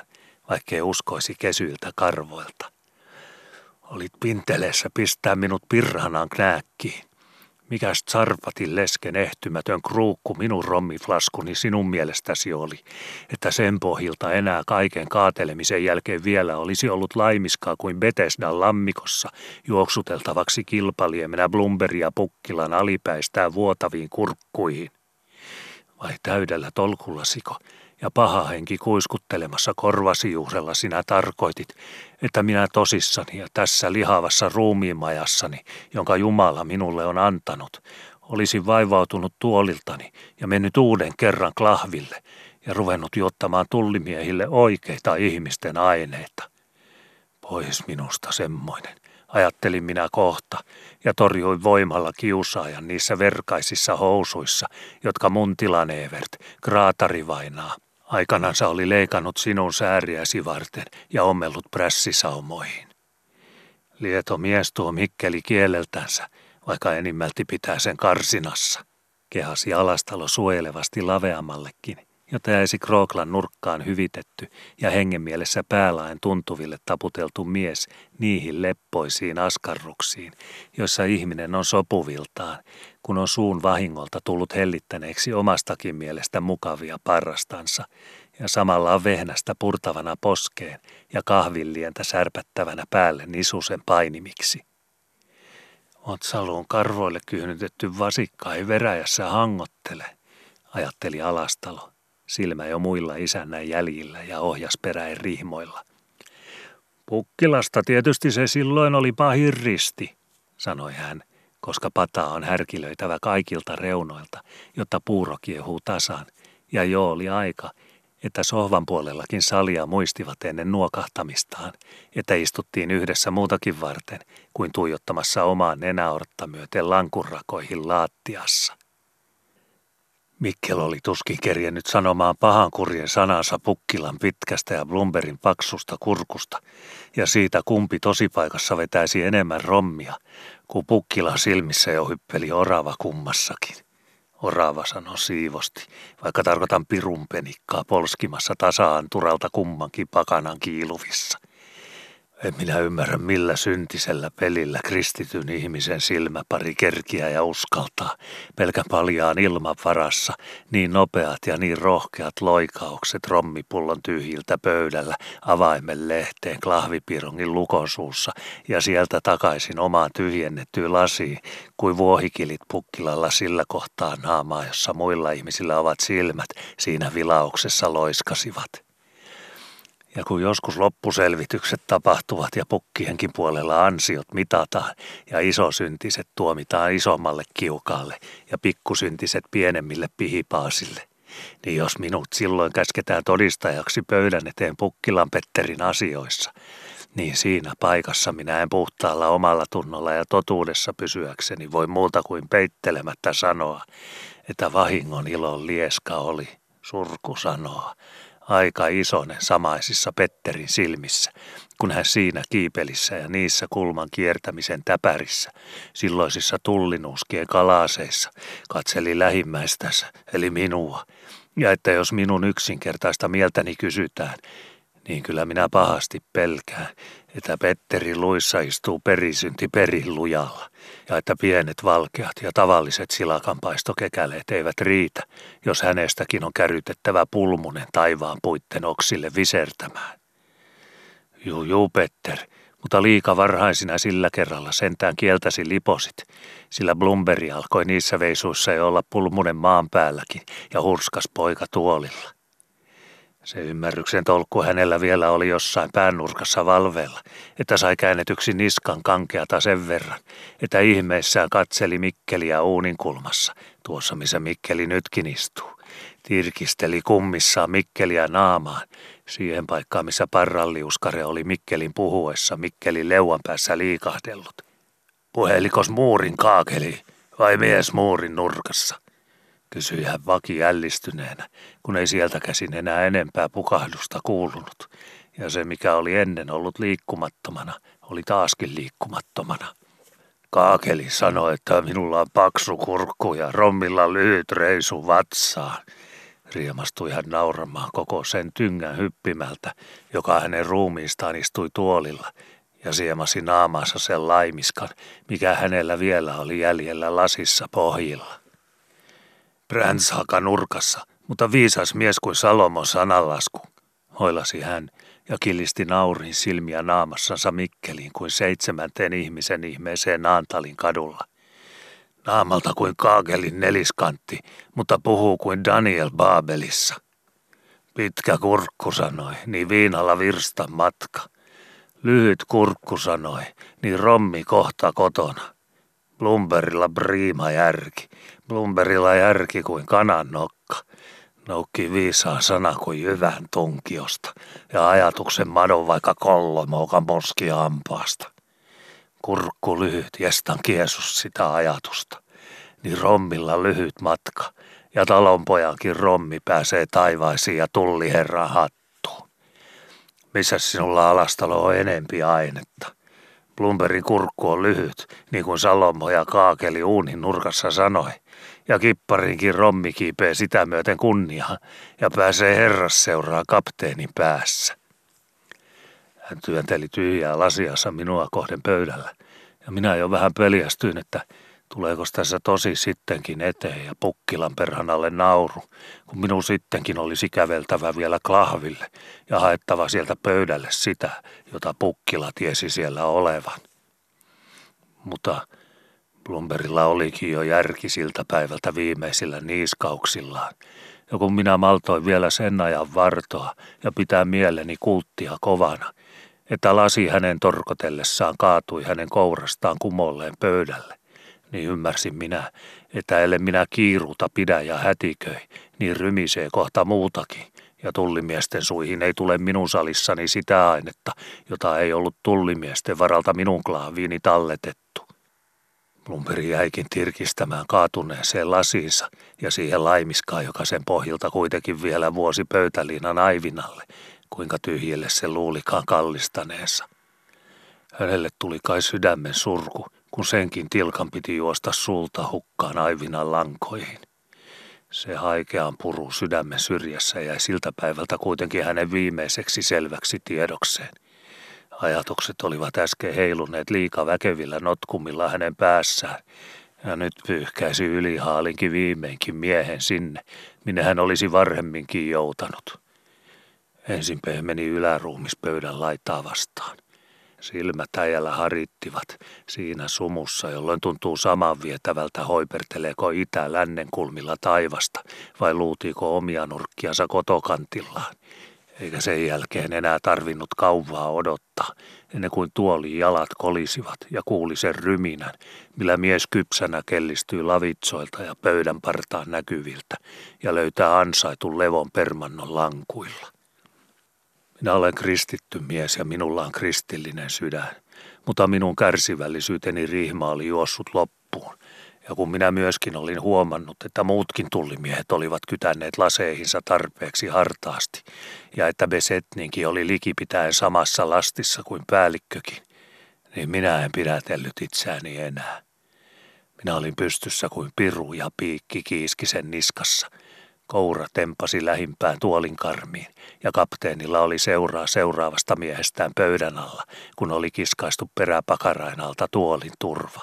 vaikkei uskoisi kesyiltä karvoilta. Olit pinteleessä pistää minut pirhanaan knääkkiin. Mikäs Tsarpatin lesken ehtymätön kruukku minun rommiflaskuni sinun mielestäsi oli, että sen pohjilta enää kaiken kaatelemisen jälkeen vielä olisi ollut laimiskaa kuin Betesdan lammikossa juoksuteltavaksi kilpaliemenä Blumberia Pukkilan alipäistään vuotaviin kurkkuihin? Vai täydellä tolkullasiko ja paha henki kuiskuttelemassa korvasi juurella sinä tarkoitit, että minä tosissani ja tässä lihavassa ruumiinmajassani, jonka Jumala minulle on antanut, olisin vaivautunut tuoliltani ja mennyt uuden kerran klahville ja ruvennut juottamaan tullimiehille oikeita ihmisten aineita. Pois minusta semmoinen, ajattelin minä kohta ja torjuin voimalla kiusaajan niissä verkaisissa housuissa, jotka mun Tilaneevert, kraatarivainaa, aikanansa oli leikannut sinun sääriäsi varten ja ommellut prässisaumoihin. Lieto mies tuo Mikkeli kieleltänsä, vaikka enimmälti pitää sen karsinassa, kehasi Alastalo suojelevasti laveammallekin, jota jäisi Krooklan nurkkaan hyvitetty ja hengenmielessä päälaen tuntuville taputeltu mies niihin leppoisiin askarruksiin, joissa ihminen on sopuviltaan, kun on suun vahingolta tullut hellittäneeksi omastakin mielestä mukavia parrastansa ja samalla on vehnästä purtavana poskeen ja kahvillientä särpättävänä päälle nisusen painimiksi. Otsaluun karvoille kyhnytetty vasikka ei veräjässä hangottele, ajatteli Alastalo, silmä jo muilla isännän jäljillä ja ohjasperäin rihmoilla. Pukkilasta tietysti se silloin oli pahin risti, sanoi hän, koska pataa on härkilöitävä kaikilta reunoilta, jotta puuro kiehuu tasan, ja jo oli aika, että sohvan puolellakin salia muistivat ennen nuokahtamistaan, että istuttiin yhdessä muutakin varten kuin tuijottamassa omaa nenäortta myöten lankunrakoihin laattiassa. Mikkel oli tuskin kerjennyt sanomaan pahankurjen sanansa Pukkilan pitkästä ja Blumberin paksusta kurkusta, ja siitä kumpi tosipaikassa vetäisi enemmän rommia, kun Pukkilan silmissä jo hyppeli orava kummassakin. Orava sanoi siivosti, vaikka tarkoitan pirunpenikkaa polskimassa tasa-anturalta kummankin pakanan kiiluvissa. En minä ymmärrä, millä syntisellä pelillä kristityn ihmisen silmäpari kerkiää ja uskaltaa, pelkän paljaan ilman varassa, niin nopeat ja niin rohkeat loikaukset rommipullon tyhjiltä pöydällä, avaimen lehteen klahvipirongin lukosuussa ja sieltä takaisin omaan tyhjennettyyn lasiin, kuin vuohikilit Pukkilalla sillä kohtaa naamaa, jossa muilla ihmisillä ovat silmät, siinä vilauksessa loiskasivat. Ja kun joskus loppuselvitykset tapahtuvat ja pukkienkin puolella ansiot mitataan ja isosyntiset tuomitaan isommalle kiukaalle ja pikkusyntiset pienemmille pihipaasille, niin jos minut silloin käsketään todistajaksi pöydän eteen Pukkilan Petterin asioissa, niin siinä paikassa minä en puhtaalla omalla tunnolla ja totuudessa pysyäkseni voi muuta kuin peittelemättä sanoa, että vahingon ilon lieska oli, surku sanoa, aika isonen samaisissa Petterin silmissä, kun hän siinä kiipelissä ja niissä kulman kiertämisen täpärissä, silloisissa tullinuuskien kalaseissa, katseli lähimmäistänsä, eli minua, ja että jos minun yksinkertaista mieltäni kysytään, niin kyllä minä pahasti pelkään, että Petterin luissa istuu perisynti perin lujalla, ja että pienet valkeat ja tavalliset silakanpaistokekäleet eivät riitä, jos hänestäkin on kärytettävä pulmunen taivaan puitten oksille visertämään. Juu, Petter, mutta liika varhaisina sillä kerralla sentään kieltäsi liposit, sillä Blumberi alkoi niissä veisuissa jo olla pulmunen maan päälläkin ja hurskas poika tuolilla. Se ymmärryksen tolkku hänellä vielä oli jossain päännurkassa valveella, että sai käännetyksi niskan kankeata sen verran, että ihmeissään katseli Mikkeliä uuninkulmassa, tuossa missä Mikkeli nytkin istuu. Tirkisteli kummissaan Mikkeliä naamaan, siihen paikkaan missä parralliuskare oli Mikkelin puhuessa Mikkelin leuan päässä liikahdellut. Puhelikos muurin kaakeli vai mies muurin nurkassa? Kysyi hän vaki ällistyneenä, kun ei sieltä käsin enää enempää pukahdusta kuulunut, ja se mikä oli ennen ollut liikkumattomana, oli taaskin liikkumattomana. Kaakeli sanoi, että minulla on paksu kurkku ja rommilla lyhyt reisu vatsaan. Riemastui hän nauramaan koko sen tyngän hyppimältä, joka hänen ruumiistaan istui tuolilla, ja siemasi naamaansa sen laimiskan, mikä hänellä vielä oli jäljellä lasissa pohjilla. Bränshaka nurkassa, mutta viisas mies kuin Salomon sananlasku, hoilasi hän ja kilisti naurin silmiä naamassansa Mikkeliin kuin 7. ihmisen ihmeeseen Naantalin kadulla. Naamalta kuin Kaagelin neliskantti, mutta puhuu kuin Daniel Baabelissa. Pitkä kurkku sanoi, niin viinalla virstan matka. Lyhyt kurkku sanoi, niin rommi kohta kotona. Blumberilla priima järki, Blumberilla järki kuin kanan nokka. Noukki viisaan sana kuin jyvän tunkiosta ja ajatuksen madon vaikka kollomoukan moskia hampaasta. Kurkku lyhyt, jestan kiesus sitä ajatusta. Niin rommilla lyhyt matka ja talonpojankin rommi pääsee taivaisiin ja tulliherran hattuun. Missä sinulla alastalo on enempi ainetta? Blumberin kurkku on lyhyt, niin kuin Salomo ja Kaakeli uunin nurkassa sanoi, ja kipparinkin rommi kiipee sitä myöten kunniaan ja pääsee herrasseuraa kapteenin päässä. Hän työnteli tyhjää lasiansa minua kohden pöydällä, ja minä jo vähän peljästyin, että tuleeko tässä tosi sittenkin eteen ja Pukkilan perhanalle nauru, kun minun sittenkin olisi käveltävä vielä klahville ja haettava sieltä pöydälle sitä, jota Pukkila tiesi siellä olevan. Mutta Blumberilla olikin jo järki siltä päivältä viimeisillä niiskauksillaan, ja kun minä maltoin vielä sen ajan vartoa ja pitää mieleni kulttia kovana, että lasi hänen torkotellessaan kaatui hänen kourastaan kumolleen pöydälle, niin ymmärsin minä, että ellen minä kiiruuta pidä ja hätiköi, niin rymisee kohta muutakin, ja tullimiesten suihin ei tule minun salissani sitä ainetta, jota ei ollut tullimiesten varalta minun klaaviini talletettu. Blumberi jäikin tirkistämään kaatuneeseen lasiinsa ja siihen laimiskaan, joka sen pohjilta kuitenkin vielä vuosi pöytäliinan aivinalle, kuinka tyhjelle se luulikaan kallistaneensa. Hänelle tuli kai sydämen surku, kun senkin tilkan piti juosta suulta hukkaan aivinan lankoihin. Se haikean puru sydämen syrjässä jäi siltä päivältä kuitenkin hänen viimeiseksi selväksi tiedokseen. Ajatukset olivat äsken heiluneet liika väkevillä notkumilla hänen päässään, ja nyt pyyhkäisi ylihaalinkin viimeinkin miehen sinne, minne hän olisi varhemminkin joutanut. Ensin pehmeni yläruumispöydän laitaa vastaan. Silmät äijällä harittivat siinä sumussa, jolloin tuntuu saman vietävältä hoiperteleeko itä-lännen kulmilla taivasta vai luutiiko omia nurkkiansa kotokantillaan. Eikä sen jälkeen enää tarvinnut kauaa odottaa, ennen kuin tuolin jalat kolisivat ja kuuli sen ryminän, millä mies kypsänä kellistyy lavitsoilta ja pöydän partaan näkyviltä ja löytää ansaitun levon permannon lankuilla. Minä olen kristitty mies ja minulla on kristillinen sydän, mutta minun kärsivällisyyteni rihma oli juossut loppuun. Ja kun minä myöskin olin huomannut, että muutkin tullimiehet olivat kytänneet laseihinsa tarpeeksi hartaasti, ja että Besetninkin oli likipitäen samassa lastissa kuin päällikkökin, niin minä en pidätellyt itseäni enää. Minä olin pystyssä kuin piru ja piikki kiiskisen niskassa. Koura tempasi lähimpään tuolin karmiin, ja kapteenilla oli seuraa seuraavasta miehestään pöydän alla, kun oli kiskaistu peräpakarain alta tuolin turva.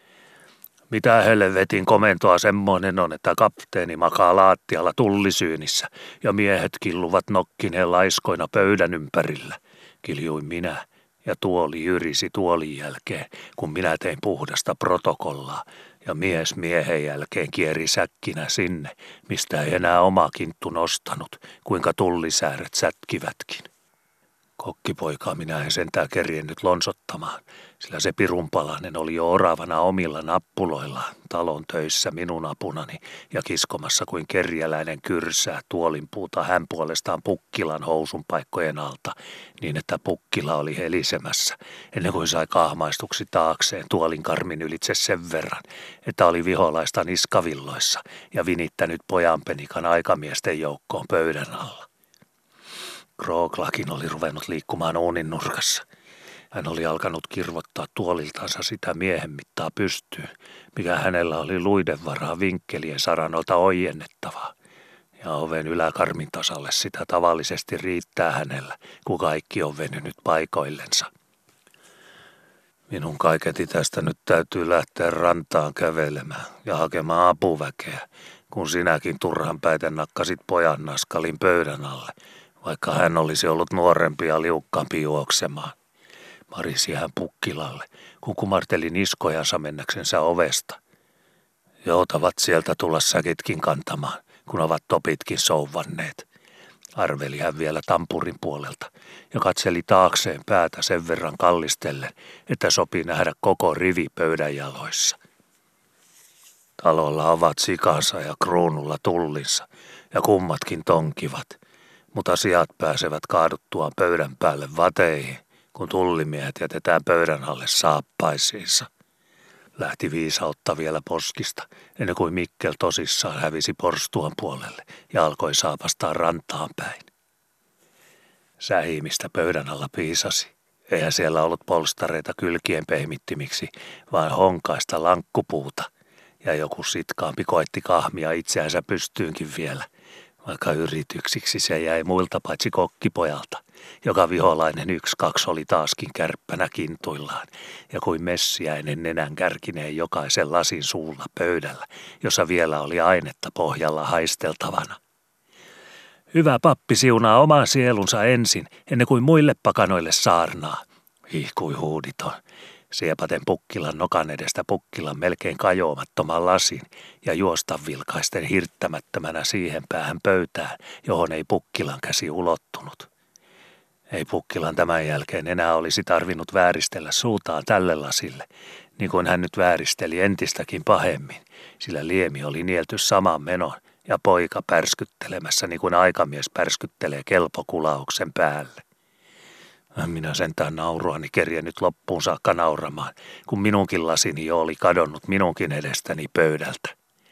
Mitä helvetin komentoa semmoinen on, että kapteeni makaa laattialla tullisyynissä ja miehet killuvat nokkineen laiskoina pöydän ympärillä, kiljuin minä, ja tuoli jyrisi tuolin jälkeen, kun minä tein puhdasta protokollaa, ja mies miehen jälkeen kieri säkkinä sinne, mistä ei enää oma kinttu nostanut, kuinka tullisääret sätkivätkin. Kokkipoikaa minä en sentään kerjennyt lonsottamaan, sillä se pirunpalanen oli jo oravana omilla nappuloillaan talon töissä minun apunani ja kiskomassa kuin kerjäläinen kyrsää tuolinpuuta hän puolestaan Pukkilan housun paikkojen alta, niin että Pukkila oli helisemässä, ennen kuin sai kahmaistuksi taakseen tuolin karmin ylitse sen verran, että oli viholaista niskavilloissa ja vinittänyt pojanpenikan aikamiesten joukkoon pöydän alla. Krooklakin oli ruvennut liikkumaan uunin nurkassa. Hän oli alkanut kirvottaa tuoliltansa sitä miehen mittaa pystyyn, mikä hänellä oli luiden varaa vinkkelien saranolta ojennettavaa. Ja ja oven yläkarmin tasalle sitä tavallisesti riittää hänellä, kun kaikki on venynyt paikoillensa. Minun kaiketi tästä nyt täytyy lähteä rantaan kävelemään ja hakemaan apuväkeä, kun sinäkin turhan päiten nakkasit pojan naskalin pöydän alle, vaikka hän olisi ollut nuorempi ja liukkaampi juoksemaan. Marisi hän Pukkilalle, kun kumarteli niskojansa mennäksensä ovesta. Joutavat sieltä tulla säkitkin kantamaan, kun ovat topitkin souvanneet. Arveli hän vielä tampurin puolelta ja katseli taakseen päätä sen verran kallistellen, että sopi nähdä koko rivi pöydän jaloissa. Talolla ovat sikansa ja kruunulla tullinsa ja kummatkin tonkivat, mutta sijat pääsevät kaaduttuaan pöydän päälle vateihin, kun tullimiehet jätetään pöydän alle saappaisiinsa. Lähti viisautta vielä poskista, ennen kuin Mikkel tosissaan hävisi porstuan puolelle ja alkoi saapastaa rantaan päin. Sähimistä pöydän alla piisasi. Eihän siellä ollut polstareita kylkien pehmittimiksi, vaan honkaista lankkupuuta, ja joku sitkaampi koetti kahmia itseänsä pystyynkin vielä, vaikka yrityksiksi se jäi muilta paitsi kokkipojalta, joka viholainen 1-2 oli taaskin kärppänä kintuillaan, ja kuin messiäinen nenän kärkineen jokaisen lasin suulla pöydällä, jossa vielä oli ainetta pohjalla haisteltavana. Hyvä pappi siunaa oman sielunsa ensin, ennen kuin muille pakanoille saarnaa, hihkui huuditon, siepaten Pukkilan nokan edestä Pukkilan melkein kajoamattoman lasin ja juosta vilkaisten hirttämättömänä siihen päähän pöytään, johon ei Pukkilan käsi ulottunut. Ei Pukkilan tämän jälkeen enää olisi tarvinnut vääristellä suutaan tälle lasille, niin kuin hän nyt vääristeli entistäkin pahemmin, sillä liemi oli nielty saman menon ja poika pärskyttelemässä niin kuin aikamies pärskyttelee kelpokulauksen päälle. Minä sentään nauruani kerjennyt loppuun saakka nauramaan, kun minunkin lasini jo oli kadonnut minunkin edestäni pöydältä.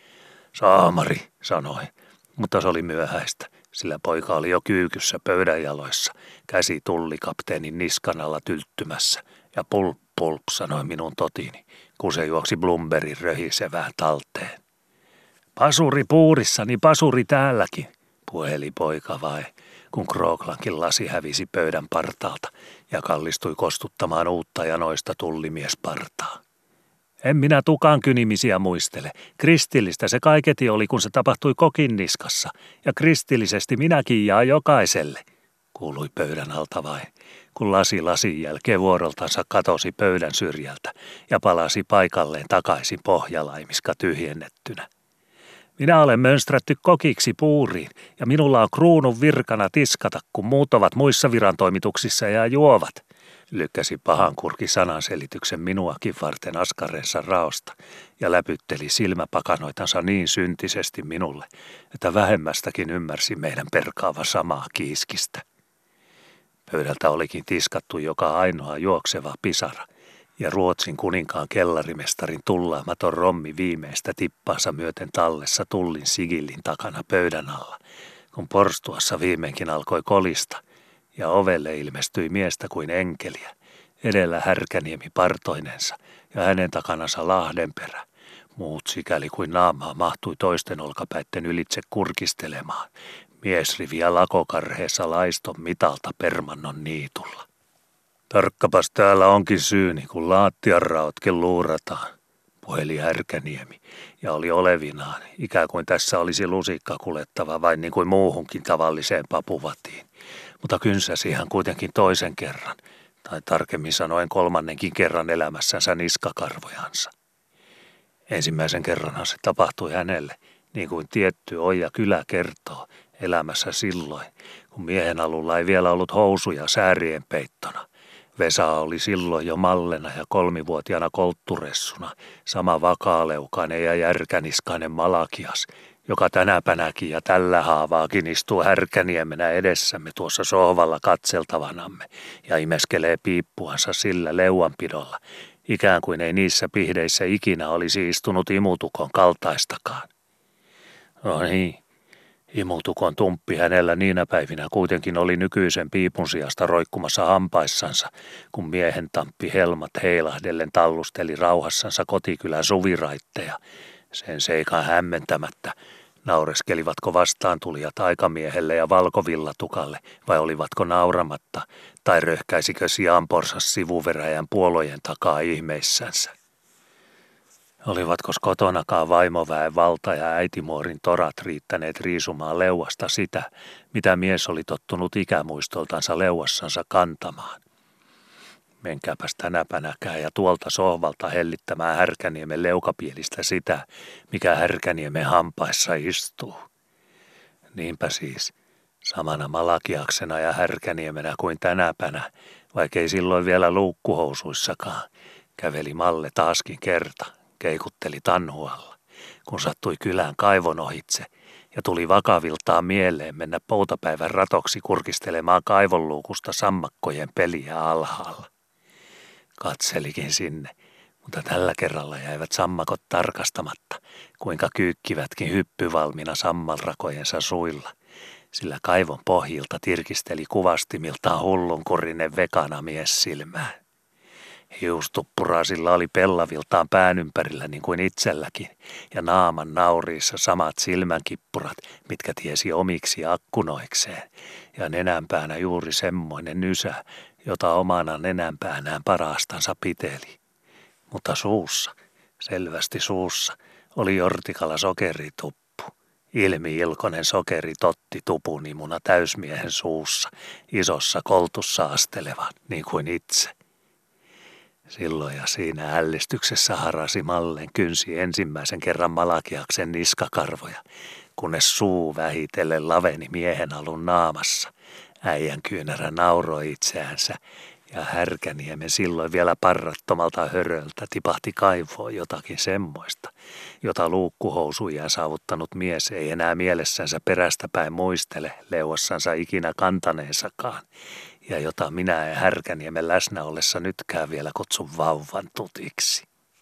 Saamari, sanoi, mutta se oli myöhäistä, sillä poika oli jo kyykyssä pöydän jaloissa, käsi tullikapteenin niskan alla tylttymässä, ja pulp pulp, sanoi minun totini, kun se juoksi Blumberin röhisevään talteen. Pasuri puurissani, pasuri täälläkin, puheli poika vai, kun Kroklankin lasi hävisi pöydän partaalta ja kallistui kostuttamaan uutta ja noista tullimiespartaa. En minä tukan kynimisiä muistele. Kristillistä se kaiketi oli, kun se tapahtui kokin niskassa, ja kristillisesti minäkin jaa jokaiselle, kuului pöydän alta vai, kun lasi lasin jälkeen vuoroltansa katosi pöydän syrjältä ja palasi paikalleen takaisin pohjalaimiska tyhjennettynä. Minä olen mönsträtty kokiksi puuriin, ja minulla on kruunun virkana tiskata, kun muut ovat muissa virantoimituksissa ja juovat, lykkäsi pahankurki sananselityksen minuakin varten askareensa raosta ja läpytteli silmäpakanoitansa niin syntisesti minulle, että vähemmästäkin ymmärsi meidän perkaava samaa kiiskistä. Pöydältä olikin tiskattu joka ainoa juokseva pisara, ja Ruotsin kuninkaan kellarimestarin tullaamaton rommi viimeistä tippaansa myöten tallessa tullin sigillin takana pöydän alla, kun porstuassa viimeinkin alkoi kolista, ja ovelle ilmestyi miestä kuin enkeliä, edellä Härkäniemi partoinensa ja hänen takanansa Lahdenperä, muut sikäli kuin naamaa mahtui toisten olkapäitten ylitse kurkistelemaan, miesrivi ja lakokarheessa laiston mitalta permannon niitulla. Tarkkapas täällä onkin syyni, kun laattianraotkin luurataan, puheli Härkäniemi, ja oli olevinaan, ikään kuin tässä olisi lusikka kuljettava vain niin kuin muuhunkin tavalliseen papuvatiin. Mutta kynsäsi hän kuitenkin toisen kerran, tai tarkemmin sanoen kolmannenkin kerran elämässänsä niskakarvojansa. Ensimmäisen kerranhan se tapahtui hänelle, niin kuin tietty oja kylä kertoo, elämässä silloin, kun miehen alulla ei vielä ollut housuja säärien peittona. Vesa oli silloin jo mallena ja 3-vuotiaana koltturessuna, sama vakaaleukainen ja järkäniskainen Malakias, joka tänäpänäkin ja tällä haavaakin istuu Härkäniemenä edessämme tuossa sohvalla katseltavanamme ja imeskelee piippuansa sillä leuanpidolla, ikään kuin ei niissä pihdeissä ikinä olisi istunut imutukon kaltaistakaan. No niin, imutukon tumppi hänellä niinä päivinä kuitenkin oli nykyisen piipun sijasta roikkumassa hampaissansa, kun miehen tamppi helmat heilahdellen tallusteli rauhassansa kotikylän suviraitteja, sen seikan hämmentämättä, Naureskelivatko vastaantulijat aikamiehelle ja valkovillatukalle, vai olivatko nauramatta, tai röhkäisikö sianporsas sivuveräjän puolojen takaa ihmeissänsä? Olivatko kotonakaan vaimoväen valta ja äitimuorin torat riittäneet riisumaan leuasta sitä, mitä mies oli tottunut ikämuistoltansa leuassansa kantamaan? Menkääpäs tänäpänäkään ja tuolta sohvalta hellittämään Härkäniemen leukapielistä sitä, mikä Härkäniemen hampaissa istuu. Niinpä siis, samana Malakiaksena ja Härkäniemenä kuin tänäpänä, vaikkei silloin vielä luukkuhousuissakaan, käveli Malle taaskin kerta, keikutteli tanhualla, kun sattui kylän kaivon ohitse ja tuli vakaviltaan mieleen mennä poutapäivän ratoksi kurkistelemaan kaivonluukusta sammakkojen peliä alhaalla. Katselikin sinne, mutta tällä kerralla jäivät sammakot tarkastamatta, kuinka kyykkivätkin hyppyvalmiina sammalrakojensa suilla, sillä kaivon pohjilta tirkisteli kuvastimiltaan hullunkurinen vekana mies silmään. Hiustuppuraasilla oli pellaviltaan pään ympärillä niin kuin itselläkin, ja naaman nauriissa samat silmänkippurat, mitkä tiesi omiksi akkunoikseen, ja nenänpäänä juuri semmoinen nysä, jota omana nenänpäänään parastansa piteli. Mutta suussa, selvästi suussa, oli jortikalla sokerituppu. Ilmi-ilkoinen sokeri totti tupunimuna täysmiehen suussa, isossa koltussa astelevan, niin kuin itse. Silloin ja siinä ällistyksessä harasi Mallen kynsi ensimmäisen kerran Malakiaksen niskakarvoja, kunnes suu vähitellen laveni miehen alun naamassa. Äijän kyynärä nauroi itseänsä ja Härkäniemen silloin vielä parrattomalta höröltä tipahti kaivoon jotakin semmoista, jota luukkuhousujaan saavuttanut mies ei enää mielessänsä perästäpäin muistele leuassansa ikinä kantaneensakaan, ja jota minä ja Härkäniemen läsnä ollessa nytkään vielä kutsun vauvan tutiksi.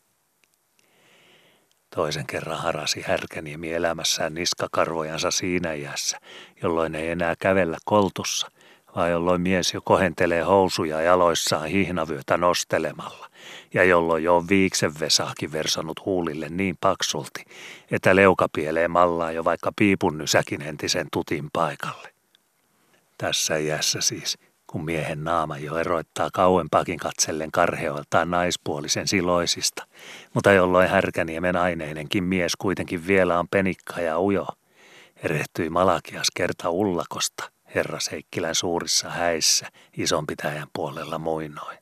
Toisen kerran harasi Härkäniemi elämässään niskakarvojansa siinä iässä, jolloin ei enää kävellä koltussa, vai jolloin mies jo kohentelee housuja jaloissaan hihnavyötä nostelemalla, ja jolloin jo on viiksenvesaakin versannut huulille niin paksulti, että leukapieleen mallaa jo vaikka piipunnysäkin entisen tutin paikalle. Tässä iässä siis, kun miehen naama jo eroittaa kauempaakin katsellen karheoiltaan naispuolisen siloisista, mutta jolloin Härkäniemen aineinenkin mies kuitenkin vielä on penikka ja ujo, erehtyi Malakias kerta Ullakosta, herra Seikkilän suurissa häissä, Isonpitäjän puolella muinoin.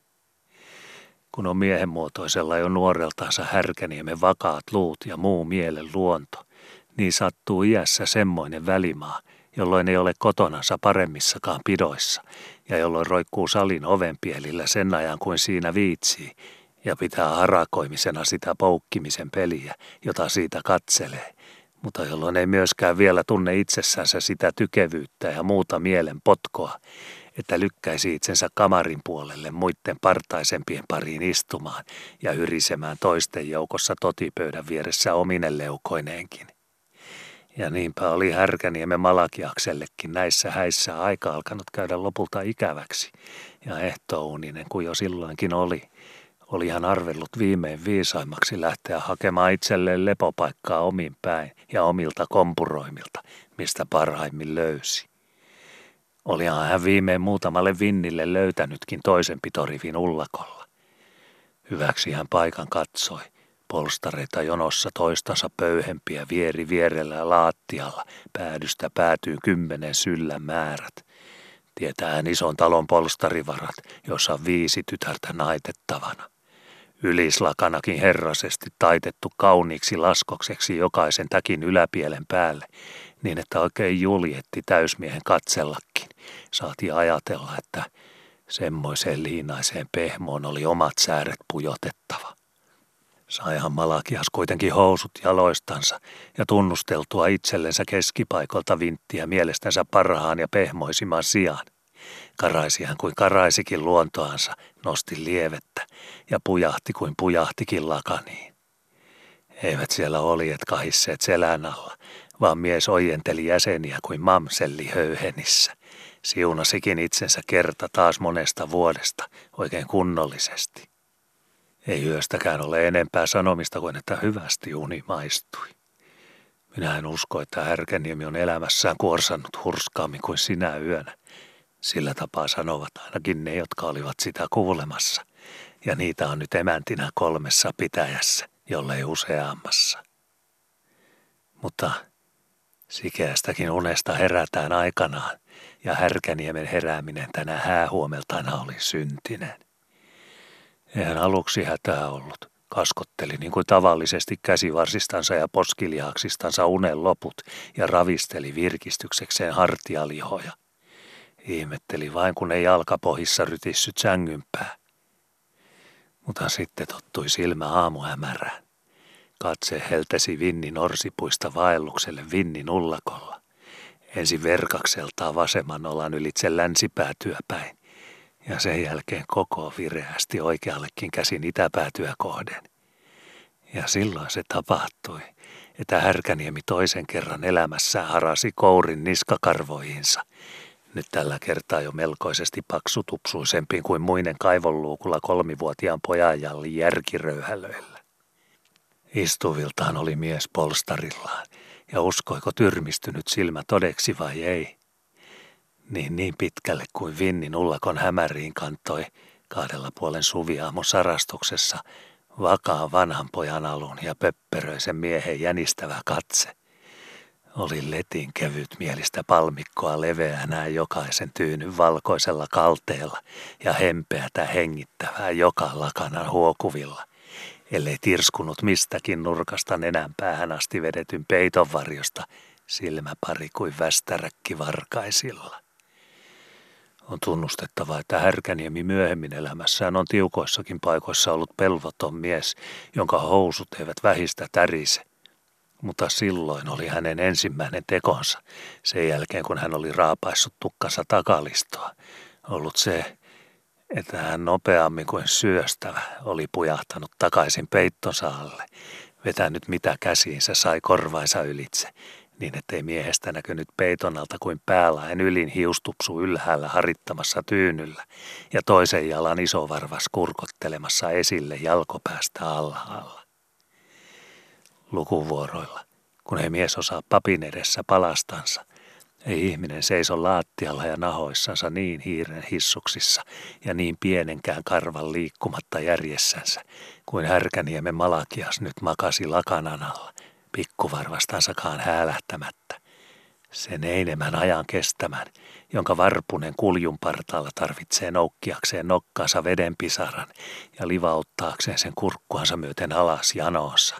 Kun on miehenmuotoisella jo nuoreltaansa Härkäniemen vakaat luut ja muu mielen luonto, niin sattuu iässä semmoinen välimaa, jolloin ei ole kotonansa paremmissakaan pidoissa, ja jolloin roikkuu salin ovenpielillä sen ajan kuin siinä viitsii, ja pitää harakoimisena sitä poukkimisen peliä, jota siitä katselee, mutta jolloin ei myöskään vielä tunne itsessänsä sitä tykevyyttä ja muuta mielen potkoa, että lykkäisi itsensä kamarin puolelle muitten partaisempien pariin istumaan ja hyrisemään toisten joukossa totipöydän vieressä omine leukoineenkin. Ja niinpä oli Härkäniemen Malakiaksellekin näissä häissä aika alkanut käydä lopulta ikäväksi, ja ehtouuninen kuin jo silloinkin oli hän arvellut viimein viisaimmaksi lähteä hakemaan itselleen lepopaikkaa omin päin ja omilta kompuroimilta, mistä parhaimmin löysi. Olihan hän viimein muutamalle vinnille löytänytkin toisen pitorivin Ullakolla. Hyväksi hän paikan katsoi. Polstareita jonossa toistansa pöyhempiä vieri vierellä ja laattialla, päädystä päätyy 10 syllän määrät. Tietää hän ison talon polstarivarat, jossa on 5 tytärtä naitettavana. Ylislakanakin herrasesti taitettu kauniiksi laskokseksi jokaisen täkin yläpielen päälle, niin että oikein juljetti täysmiehen katsellakin. Saatiin ajatella, että semmoiseen liinaiseen pehmoon oli omat sääret pujotettava. Saihan Malakias kuitenkin housut jaloistansa ja tunnusteltua itsellensä keskipaikolta vinttiä mielestänsä parhaan ja pehmoisimman sijaan. Karaisi hän kuin karaisikin luontoansa, nosti lievettä ja pujahti kuin pujahtikin lakaniin. Eivät siellä oljet kahisseet selän alla, vaan mies ojenteli jäseniä kuin mamselli höyhenissä. Siunasikin itsensä kerta taas monesta vuodesta oikein kunnollisesti. Ei yöstäkään ole enempää sanomista kuin että hyvästi uni maistui. Minä en usko, että Härkäniemi on elämässään kuorsannut hurskaammin kuin sinä yönä. Sillä tapaa sanovat ainakin ne, jotka olivat sitä kuulemassa. Ja niitä on nyt emäntinä 3 pitäjässä, jollei useammassa. Mutta sikeästäkin unesta herätään aikanaan, ja Härkäniemen herääminen tänä häähuomeltana oli syntinen. Eihän aluksi hätää ollut. Kaskotteli niin kuin tavallisesti käsivarsistansa ja poskilihaksistansa unen loput ja ravisteli virkistyksekseen hartialihoja. Ihmetteli vain, kun ei jalkapohjissa rytissyt sängynpää. Mutta sitten tottui silmä aamuhämärään. Katse heltesi Vinnin orsipuista vaellukselle Vinnin ullakolla. Ensin verkakseltaan vasemman olan ylitse länsipäätyä päin ja sen jälkeen koko vireästi oikeallekin käsin itäpäätyä kohden. Ja silloin se tapahtui, että Härkäniemi toisen kerran elämässään harasi kourin niskakarvoihinsa. Nyt tällä kertaa jo melkoisesti paksutupsuisempi kuin muinen kaivonluukulla 3-vuotiaan pojan Jallin järkiröyhälöillä. Istuviltaan oli mies polstarillaan, ja uskoiko tyrmistynyt silmä todeksi vai ei? Niin pitkälle kuin Vinnin ullakon hämäriin kantoi 2 puolen suviaamon sarastuksessa vakaan vanhan pojan alun ja pöpperöisen miehen jänistävä katse. Oli letin kevyt mielistä palmikkoa leveänä jokaisen tyynyn valkoisella kalteella ja hempeätä hengittävää joka lakanan huokuvilla, ellei tirskunut mistäkin nurkasta nenän päähän asti vedetyn peiton varjosta silmäpari kuin västäräkki varkaisilla. On tunnustettava, että Härkäniemi myöhemmin elämässään on tiukoissakin paikoissa ollut pelvoton mies, jonka housut eivät vähistä tärise. Mutta silloin oli hänen ensimmäinen tekonsa, sen jälkeen kun hän oli raapaissut tukkansa takalistoa, ollut se, että hän nopeammin kuin syöstävä oli pujahtanut takaisin peittonsa alle, vetänyt mitä käsiinsä sai korvainsa ylitse, niin ettei miehestä näkynyt peiton alta kuin päälaen ylin hiustupsu ylhäällä harittamassa tyynyllä ja toisen jalan isovarvas kurkottelemassa esille jalkopäästä alhaalla. Lukuvuoroilla, kun ei mies osaa papin edessä palastansa, ei ihminen seiso laattialla ja nahoissansa niin hiiren hissuksissa ja niin pienenkään karvan liikkumatta järjessänsä, kuin Härkäniemen Malakias nyt makasi lakanan alla, pikkuvarvastansakaan häälähtämättä. Sen einemmän ajan kestämän, jonka varpunen kuljun partaalla tarvitsee noukkiakseen nokkaansa vedenpisaran ja livauttaakseen sen kurkkuansa myöten alas janoossa.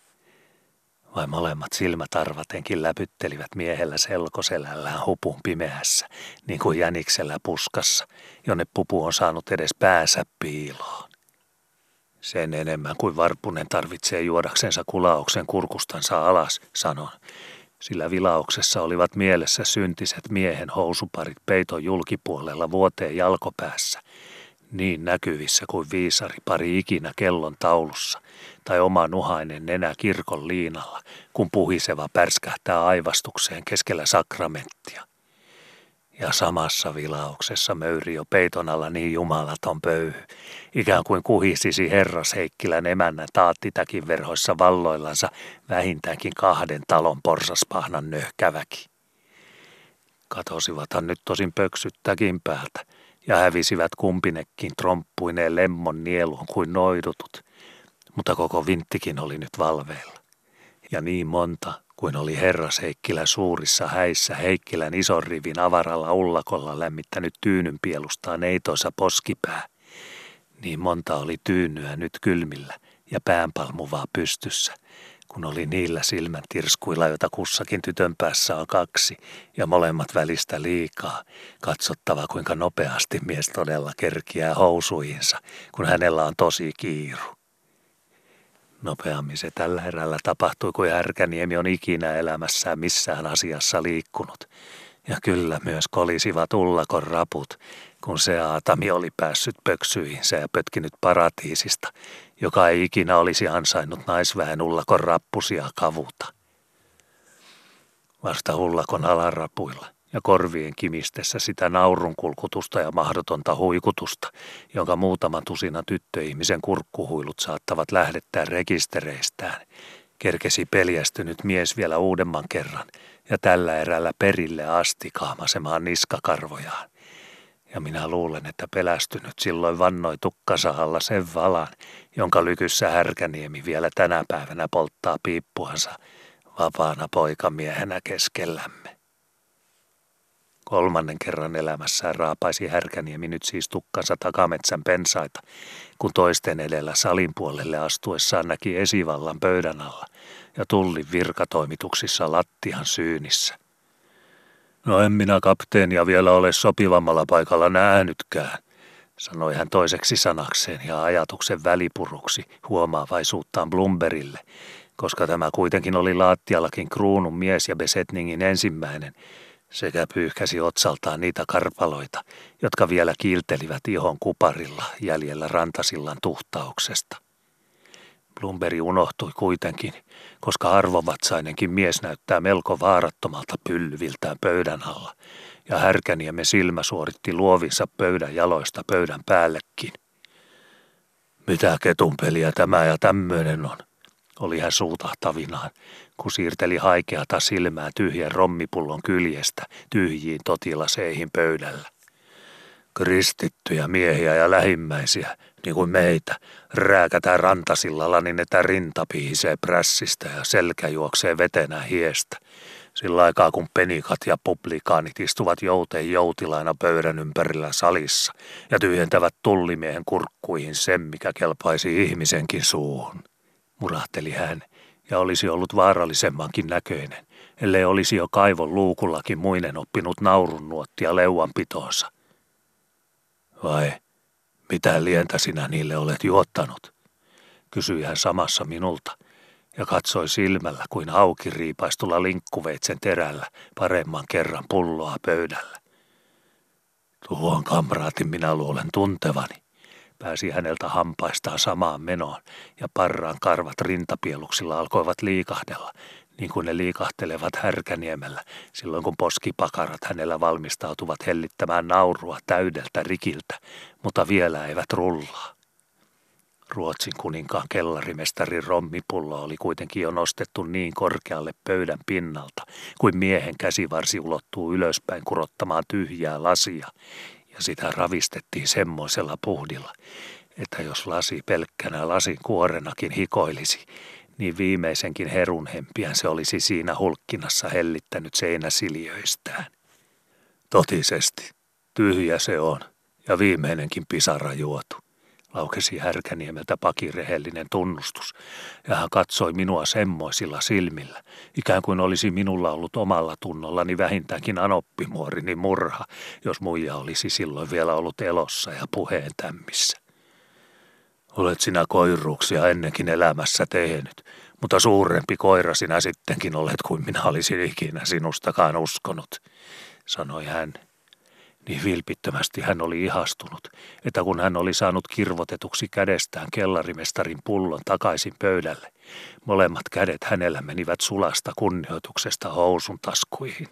Vai molemmat silmätarvatenkin läpyttelivät miehellä selkoselällään hupun pimeässä, niin kuin jäniksellä puskassa, jonne pupu on saanut edes päänsä piiloon. Sen enemmän kuin varpunen tarvitsee juodaksensa kulauksen kurkustansa alas, sanon, sillä vilauksessa olivat mielessä syntiset miehen housuparit peiton julkipuolella vuoteen jalkopäässä, niin näkyvissä kuin viisari pari ikinä kellon taulussa, tai oma nuhainen nenä kirkon liinalla, kun puhiseva pärskähtää aivastukseen keskellä sakramenttia. Ja samassa vilauksessa möyri jo peiton alla niin jumalaton pöyhy, ikään kuin kuhisisi herras Heikkilän emännän taattitäkin verhoissa valloillansa vähintäänkin 2 talon porsaspahnan nöhkäväki. Katosivathan nyt tosin pöksyt täkin päältä, ja hävisivät kumpinekin tromppuineen lemmon nieluun kuin noidutut, mutta koko vinttikin oli nyt valveilla. Ja niin monta kuin oli herras Heikkilä suurissa häissä Heikkilän ison rivin avaralla ullakolla lämmittänyt tyynynpielustaan neitoisa poskipää, niin monta oli tyynnyä nyt kylmillä ja päänpalmuvaa pystyssä, kun oli niillä silmäntirskuilla, joita kussakin tytön päässä on 2 ja molemmat välistä liikaa, katsottava kuinka nopeasti mies todella kerkiää housuihinsa, kun hänellä on tosi kiiru. Nopeammin se tällä erällä tapahtui, kuin Härkäniemi on ikinä elämässään missään asiassa liikkunut. Ja kyllä myös kolisivat ullakon raput, kun se Aatami oli päässyt pöksyihinsä ja pötkinyt paratiisista, joka ei ikinä olisi ansainnut naisväen ullakon rappusia kavuta. Vasta ullakon alarapuilla ja korvien kimistessä sitä naurunkulkutusta ja mahdotonta huikutusta, jonka muutama tusina tyttöihmisen kurkkuhuilut saattavat lähdettää rekistereistään, Kerkesi peljästynyt mies vielä uudemman kerran ja tällä erällä perille asti kaamasemaan niskakarvojaan. Ja minä luulen, että pelästynyt silloin vannoi tukkansa alla sen valan, jonka lykyssä Härkäniemi vielä tänä päivänä polttaa piippuansa vapaana poikamiehenä keskellämme. Kolmannen kerran elämässään raapaisi Härkäniemi nyt siis tukkansa takametsän pensaita, kun toisten edellä salin puolelle astuessaan näki esivallan pöydän alla ja tullin virkatoimituksissa lattian syynissä. No en minä kapteenia vielä ole sopivammalla paikalla nähnytkään, sanoi hän toiseksi sanakseen ja ajatuksen välipuruksi huomaavaisuuttaan Blumberille, koska tämä kuitenkin oli laattiallakin kruunun mies ja Besetningin ensimmäinen, sekä pyyhkäsi otsaltaan niitä karpaloita, jotka vielä kiiltelivät ihon kuparilla jäljellä rantasillan tuhtauksesta. Blumberi unohtui kuitenkin, koska arvovatsainenkin mies näyttää melko vaarattomalta pyllyviltään pöydän alla, ja Härkäniemen silmä suoritti luovinsa pöydän jaloista pöydän päällekin. Mitä ketunpeliä tämä ja tämmöinen on, oli hän suutahtavinaan, kun siirteli haikeata silmää tyhjän rommipullon kyljestä tyhjiin totilaseihin pöydällä. Kristittyjä miehiä ja lähimmäisiä, niin kuin meitä, rääkätään rantasillalla niin, että rinta pihisee prässistä ja selkä juoksee vetenä hiestä. Sillä aikaa kun penikat ja publikaanit istuvat jouteen joutilaina pöydän ympärillä salissa ja tyhjentävät tullimiehen kurkkuihin sen, mikä kelpaisi ihmisenkin suuhun, murahteli hän, ja olisi ollut vaarallisemmankin näköinen, ellei olisi jo kaivon luukullakin muinen oppinut naurun nuottia leuanpitoonsa. Vai mitä lientä sinä niille olet juottanut, kysyi hän samassa minulta ja katsoi silmällä kuin auki riipaistulla linkkuveitsen terällä paremman kerran pulloa pöydällä. Tuon kamraatin minä luulen tuntevani, pääsi häneltä hampaistaan samaan menoon ja parraan karvat rintapieluksilla alkoivat liikahdella, niin kuin ne liikahtelevat Härkäniemellä silloin kun poskipakarat hänellä valmistautuvat hellittämään naurua täydeltä rikiltä, mutta vielä eivät rullaa. Ruotsin kuninkaan kellarimestarin rommipullo oli kuitenkin jo nostettu niin korkealle pöydän pinnalta, kuin miehen käsivarsi ulottuu ylöspäin kurottamaan tyhjää lasia, ja sitä ravistettiin semmoisella puhdilla, että jos lasi pelkkänä lasin kuorenakin hikoilisi, niin viimeisenkin herunhempiän se olisi siinä hulkkinassa hellittänyt seinäsiljöistään. Totisesti, tyhjä se on, ja viimeinenkin pisara juotu, laukesi Härkäniemeltä pakirehellinen tunnustus, ja hän katsoi minua semmoisilla silmillä, ikään kuin olisi minulla ollut omalla tunnollani vähintäänkin anoppimuorini murha, jos muija olisi silloin vielä ollut elossa ja puheen tämmissä. Olet sinä koiruuksia ennenkin elämässä tehnyt, mutta suurempi koira sinä sittenkin olet kuin minä olisin ikinä sinustakaan uskonut, sanoi hän. Niin vilpittömästi hän oli ihastunut, että kun hän oli saanut kirvotetuksi kädestään kellarimestarin pullon takaisin pöydälle, molemmat kädet hänellä menivät sulasta kunnioituksesta housun taskuihin.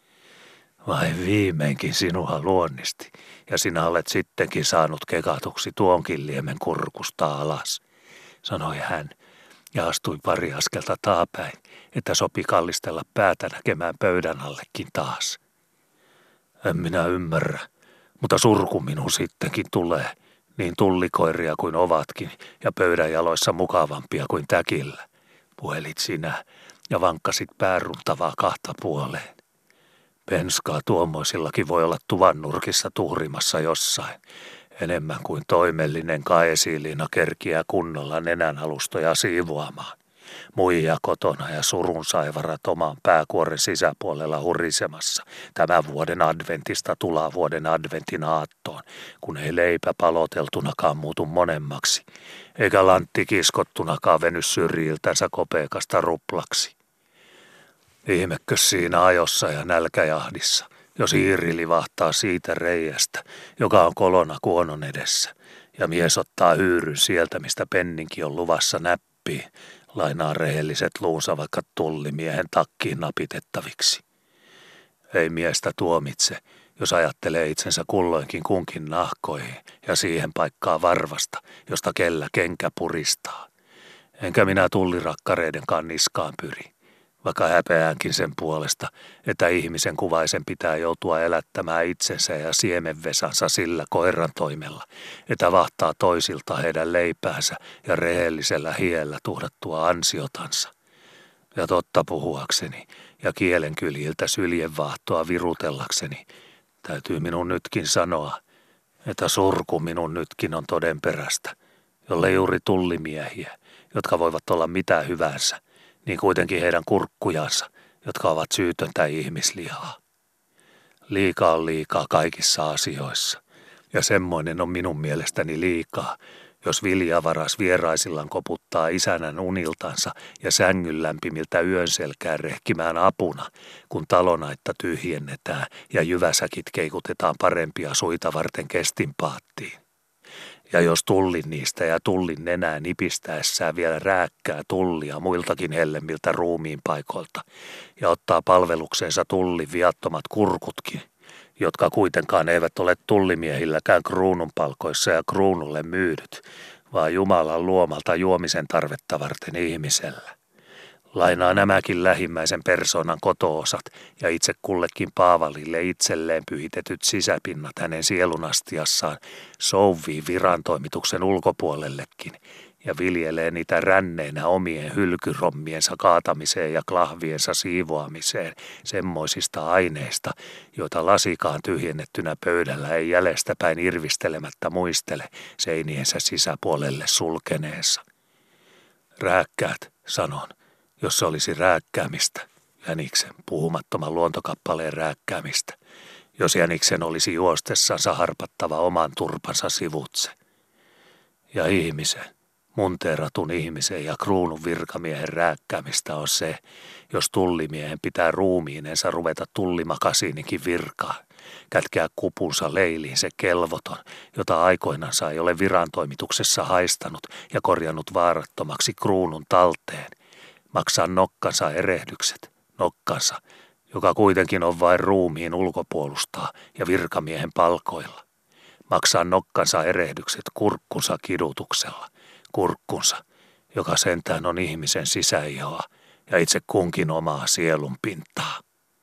Vai viimeinkin sinua luonnisti, ja sinä olet sittenkin saanut kekatuksi tuonkin liemen kurkusta alas, sanoi hän, ja astui pari askelta taapäin, että sopi kallistella päätä näkemään pöydän allekin taas. En minä ymmärrä, mutta surku minun sittenkin tulee, niin tullikoiria kuin ovatkin, ja pöydän jaloissa mukavampia kuin täkillä, puhelit sinä, ja vankkasit pääruntavaa kahta puoleen. Penskaa tuommoisillakin voi olla tuvan nurkissa tuhrimassa jossain, enemmän kuin toimellinen kaesiiliina kerkiää kunnolla nenänalustoja siivoamaan. Muija kotona ja surunsaivarat oman pääkuoren sisäpuolella hurisemassa tämän vuoden adventista vuoden adventin aattoon, kun ei leipä paloteltunakaan muutu monemmaksi, eikä lantti kiskottunakaan veny syrjiltänsä kopeekasta ruplaksi. Ihmekö siinä ajossa ja nälkäjahdissa, jos hiiri livahtaa siitä reiästä, joka on kolona kuonon edessä, ja mies ottaa hyyryn sieltä, mistä penninki on luvassa näppiin, lainaa rehelliset luunsa vaikka tullimiehen takkiin napitettaviksi. Ei miestä tuomitse, jos ajattelee itsensä kulloinkin kunkin nahkoihin ja siihen paikkaa varvasta, josta kellä kenkä puristaa. Enkä minä tullirakkareidenkaan niskaan pyri, vaikka häpeäänkin sen puolesta, että ihmisen kuvaisen pitää joutua elättämään itsensä ja siemenvesansa sillä koiran toimella, että vahtaa toisilta heidän leipäänsä ja rehellisellä hiellä tuhdattua ansiotansa. Ja totta puhuakseni ja kielenkyljiltä syljenvaahtoa virutellakseni, täytyy minun nytkin sanoa, että surku minun nytkin on todenperäistä, jolle juuri tullimiehiä, jotka voivat olla mitä hyvänsä, niin kuitenkin heidän kurkkujansa, jotka ovat syytöntä ihmislihaa. Liikaa on liikaa kaikissa asioissa, ja semmoinen on minun mielestäni liikaa, jos viljavaras vieraisillaan koputtaa isänän uniltansa ja sängyn lämpimiltä yönselkään rehkimään apuna, kun talonaitta tyhjennetään ja jyväsäkit keikutetaan parempia suita varten kestinpaattiin. Ja jos tullin niistä ja tullin nenää nipistäessään vielä rääkkää tullia muiltakin hellemmiltä ruumiin paikoilta ja ottaa palvelukseensa tullin viattomat kurkutkin, jotka kuitenkaan eivät ole tullimiehilläkään kruununpalkoissa ja kruunulle myydyt, vaan Jumalan luomalta juomisen tarvetta varten ihmisellä. Lainaa nämäkin lähimmäisen persoonan kotoosat ja itse kullekin Paavalille itselleen pyhitetyt sisäpinnat hänen sielunastiassaan souvii virantoimituksen ulkopuolellekin ja viljelee niitä ränneinä omien hylkyrommiensa kaatamiseen ja klahviensa siivoamiseen semmoisista aineista, joita lasikaan tyhjennettynä pöydällä ei jäljestäpäin irvistelemättä muistele seiniensä sisäpuolelle sulkeneensa. Rääkkäät, sanon, jos se olisi rääkkäämistä, jäniksen puhumattoman luontokappaleen rääkkäämistä, jos jäniksen olisi juostessansa harpattava oman turpansa sivutse. Ja ihmisen, munteeratun ihmisen ja kruunun virkamiehen rääkkäämistä on se, jos tullimiehen pitää ruumiinensa ruveta tullimakasiinikin virkaan, kätkeä kupunsa leiliin se kelvoton, jota aikoinansa ei ole virantoimituksessa haistanut ja korjannut vaarattomaksi kruunun talteen, maksaa nokkansa erehdykset, nokkansa, joka kuitenkin on vain ruumiin ulkopuolustaa ja virkamiehen palkoilla. Maksaa nokkansa erehdykset kurkkunsa kidutuksella, kurkkunsa, joka sentään on ihmisen sisäihoa ja itse kunkin omaa sielun pintaa.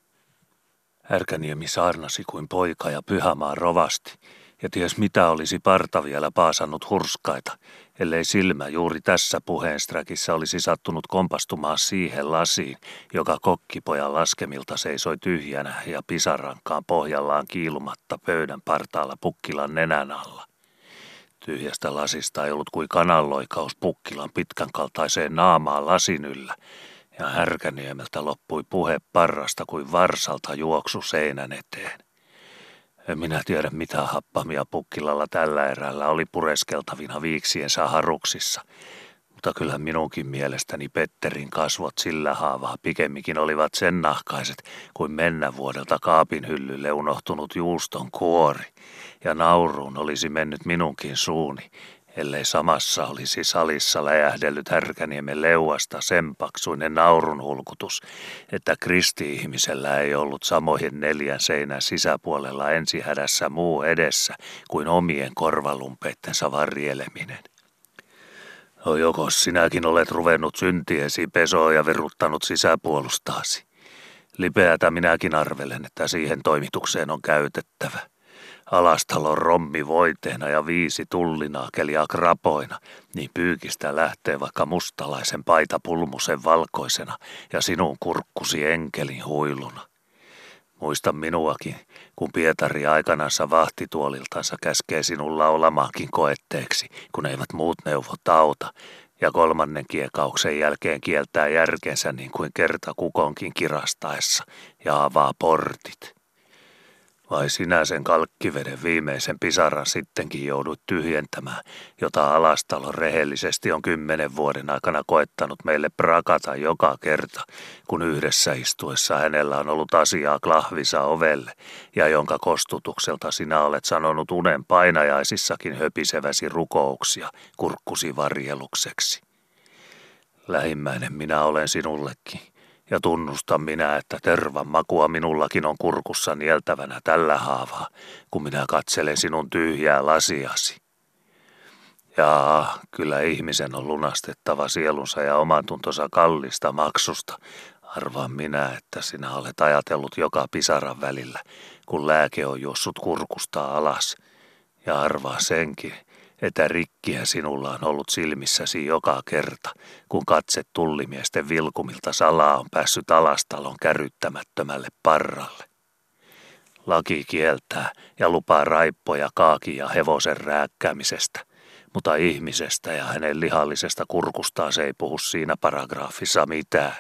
Härkäniemi saarnasi kuin poika ja Pyhämaan rovasti, ja ties mitä olisi parta vielä paasannut hurskaita, ellei silmä juuri tässä puheensträkissä olisi sattunut kompastumaan siihen lasiin, joka kokkipojan laskemilta seisoi tyhjänä ja pisarankaan pohjallaan kiilumatta pöydän partaalla Pukkilan nenän alla. Tyhjästä lasista ei ollut kuin kananloikaus Pukkilan pitkän kaltaiseen naamaan lasin yllä, ja Härkäniemeltä loppui puhe parrasta kuin varsalta juoksu seinän eteen. En minä tiedä mitä happamia Pukkilalla tällä erällä oli pureskeltavina viiksiensä haruksissa, mutta kyllä minunkin mielestäni Petterin kasvot sillä haavaa pikemminkin olivat sen nahkaiset kuin mennävuodelta kaapin hyllylle unohtunut juuston kuori, ja nauruun olisi mennyt minunkin suuni, ellei samassa olisi salissa läjähdellyt Härkäniemen leuasta sen paksuinen naurunhulkutus, että kristi-ihmisellä ei ollut samojen 4 seinän sisäpuolella ensihädässä muu edessä kuin omien korvalumpeittensa varjeleminen. No jokos sinäkin olet ruvennut syntiesi pesoon ja veruttanut sisäpuolustaasi. Lipeätä minäkin arvelen, että siihen toimitukseen on käytettävä. Alastalon rommi voiteena ja 5 tullinaakelia krapoina, niin pyykistä lähtee vaikka mustalaisen paita pulmusen valkoisena ja sinun kurkkusi enkelin huiluna. Muista minuakin, kun Pietari aikanansa vahtituoliltansa käskee sinun laulamaankin koetteeksi, kun eivät muut neuvot auta, ja 3. kiekauksen jälkeen kieltää järkensä niin kuin kerta kukonkin kirastaessa ja avaa portit. Vai sinä sen kalkkiveden viimeisen pisaran sittenkin joudut tyhjentämään, jota Alastalon rehellisesti on 10 vuoden aikana koettanut meille prakata joka kerta, kun yhdessä istuessa hänellä on ollut asiaa klahvisa ovelle, ja jonka kostutukselta sinä olet sanonut unen painajaisissakin höpiseväsi rukouksia kurkkusi varjelukseksi. Lähimmäinen minä olen sinullekin. Ja tunnustan minä, että tervan makua minullakin on kurkussa nieltävänä tällä haavaa, kun minä katselen sinun tyhjää lasiasi. Jaa, kyllä ihmisen on lunastettava sielunsa ja omantuntonsa kallista maksusta. Arvaan minä, että sinä olet ajatellut joka pisaran välillä, kun lääke on juossut kurkusta alas. Ja arvaa senkin, että rikkiä sinulla on ollut silmissäsi joka kerta, kun katse tullimiesten vilkumilta salaa on päässyt alastalon kärryttämättömälle parralle. Laki kieltää ja lupaa raippoja kaakia hevosen rääkkäämisestä, mutta ihmisestä ja hänen lihallisesta kurkustaan se ei puhu siinä paragraafissa mitään.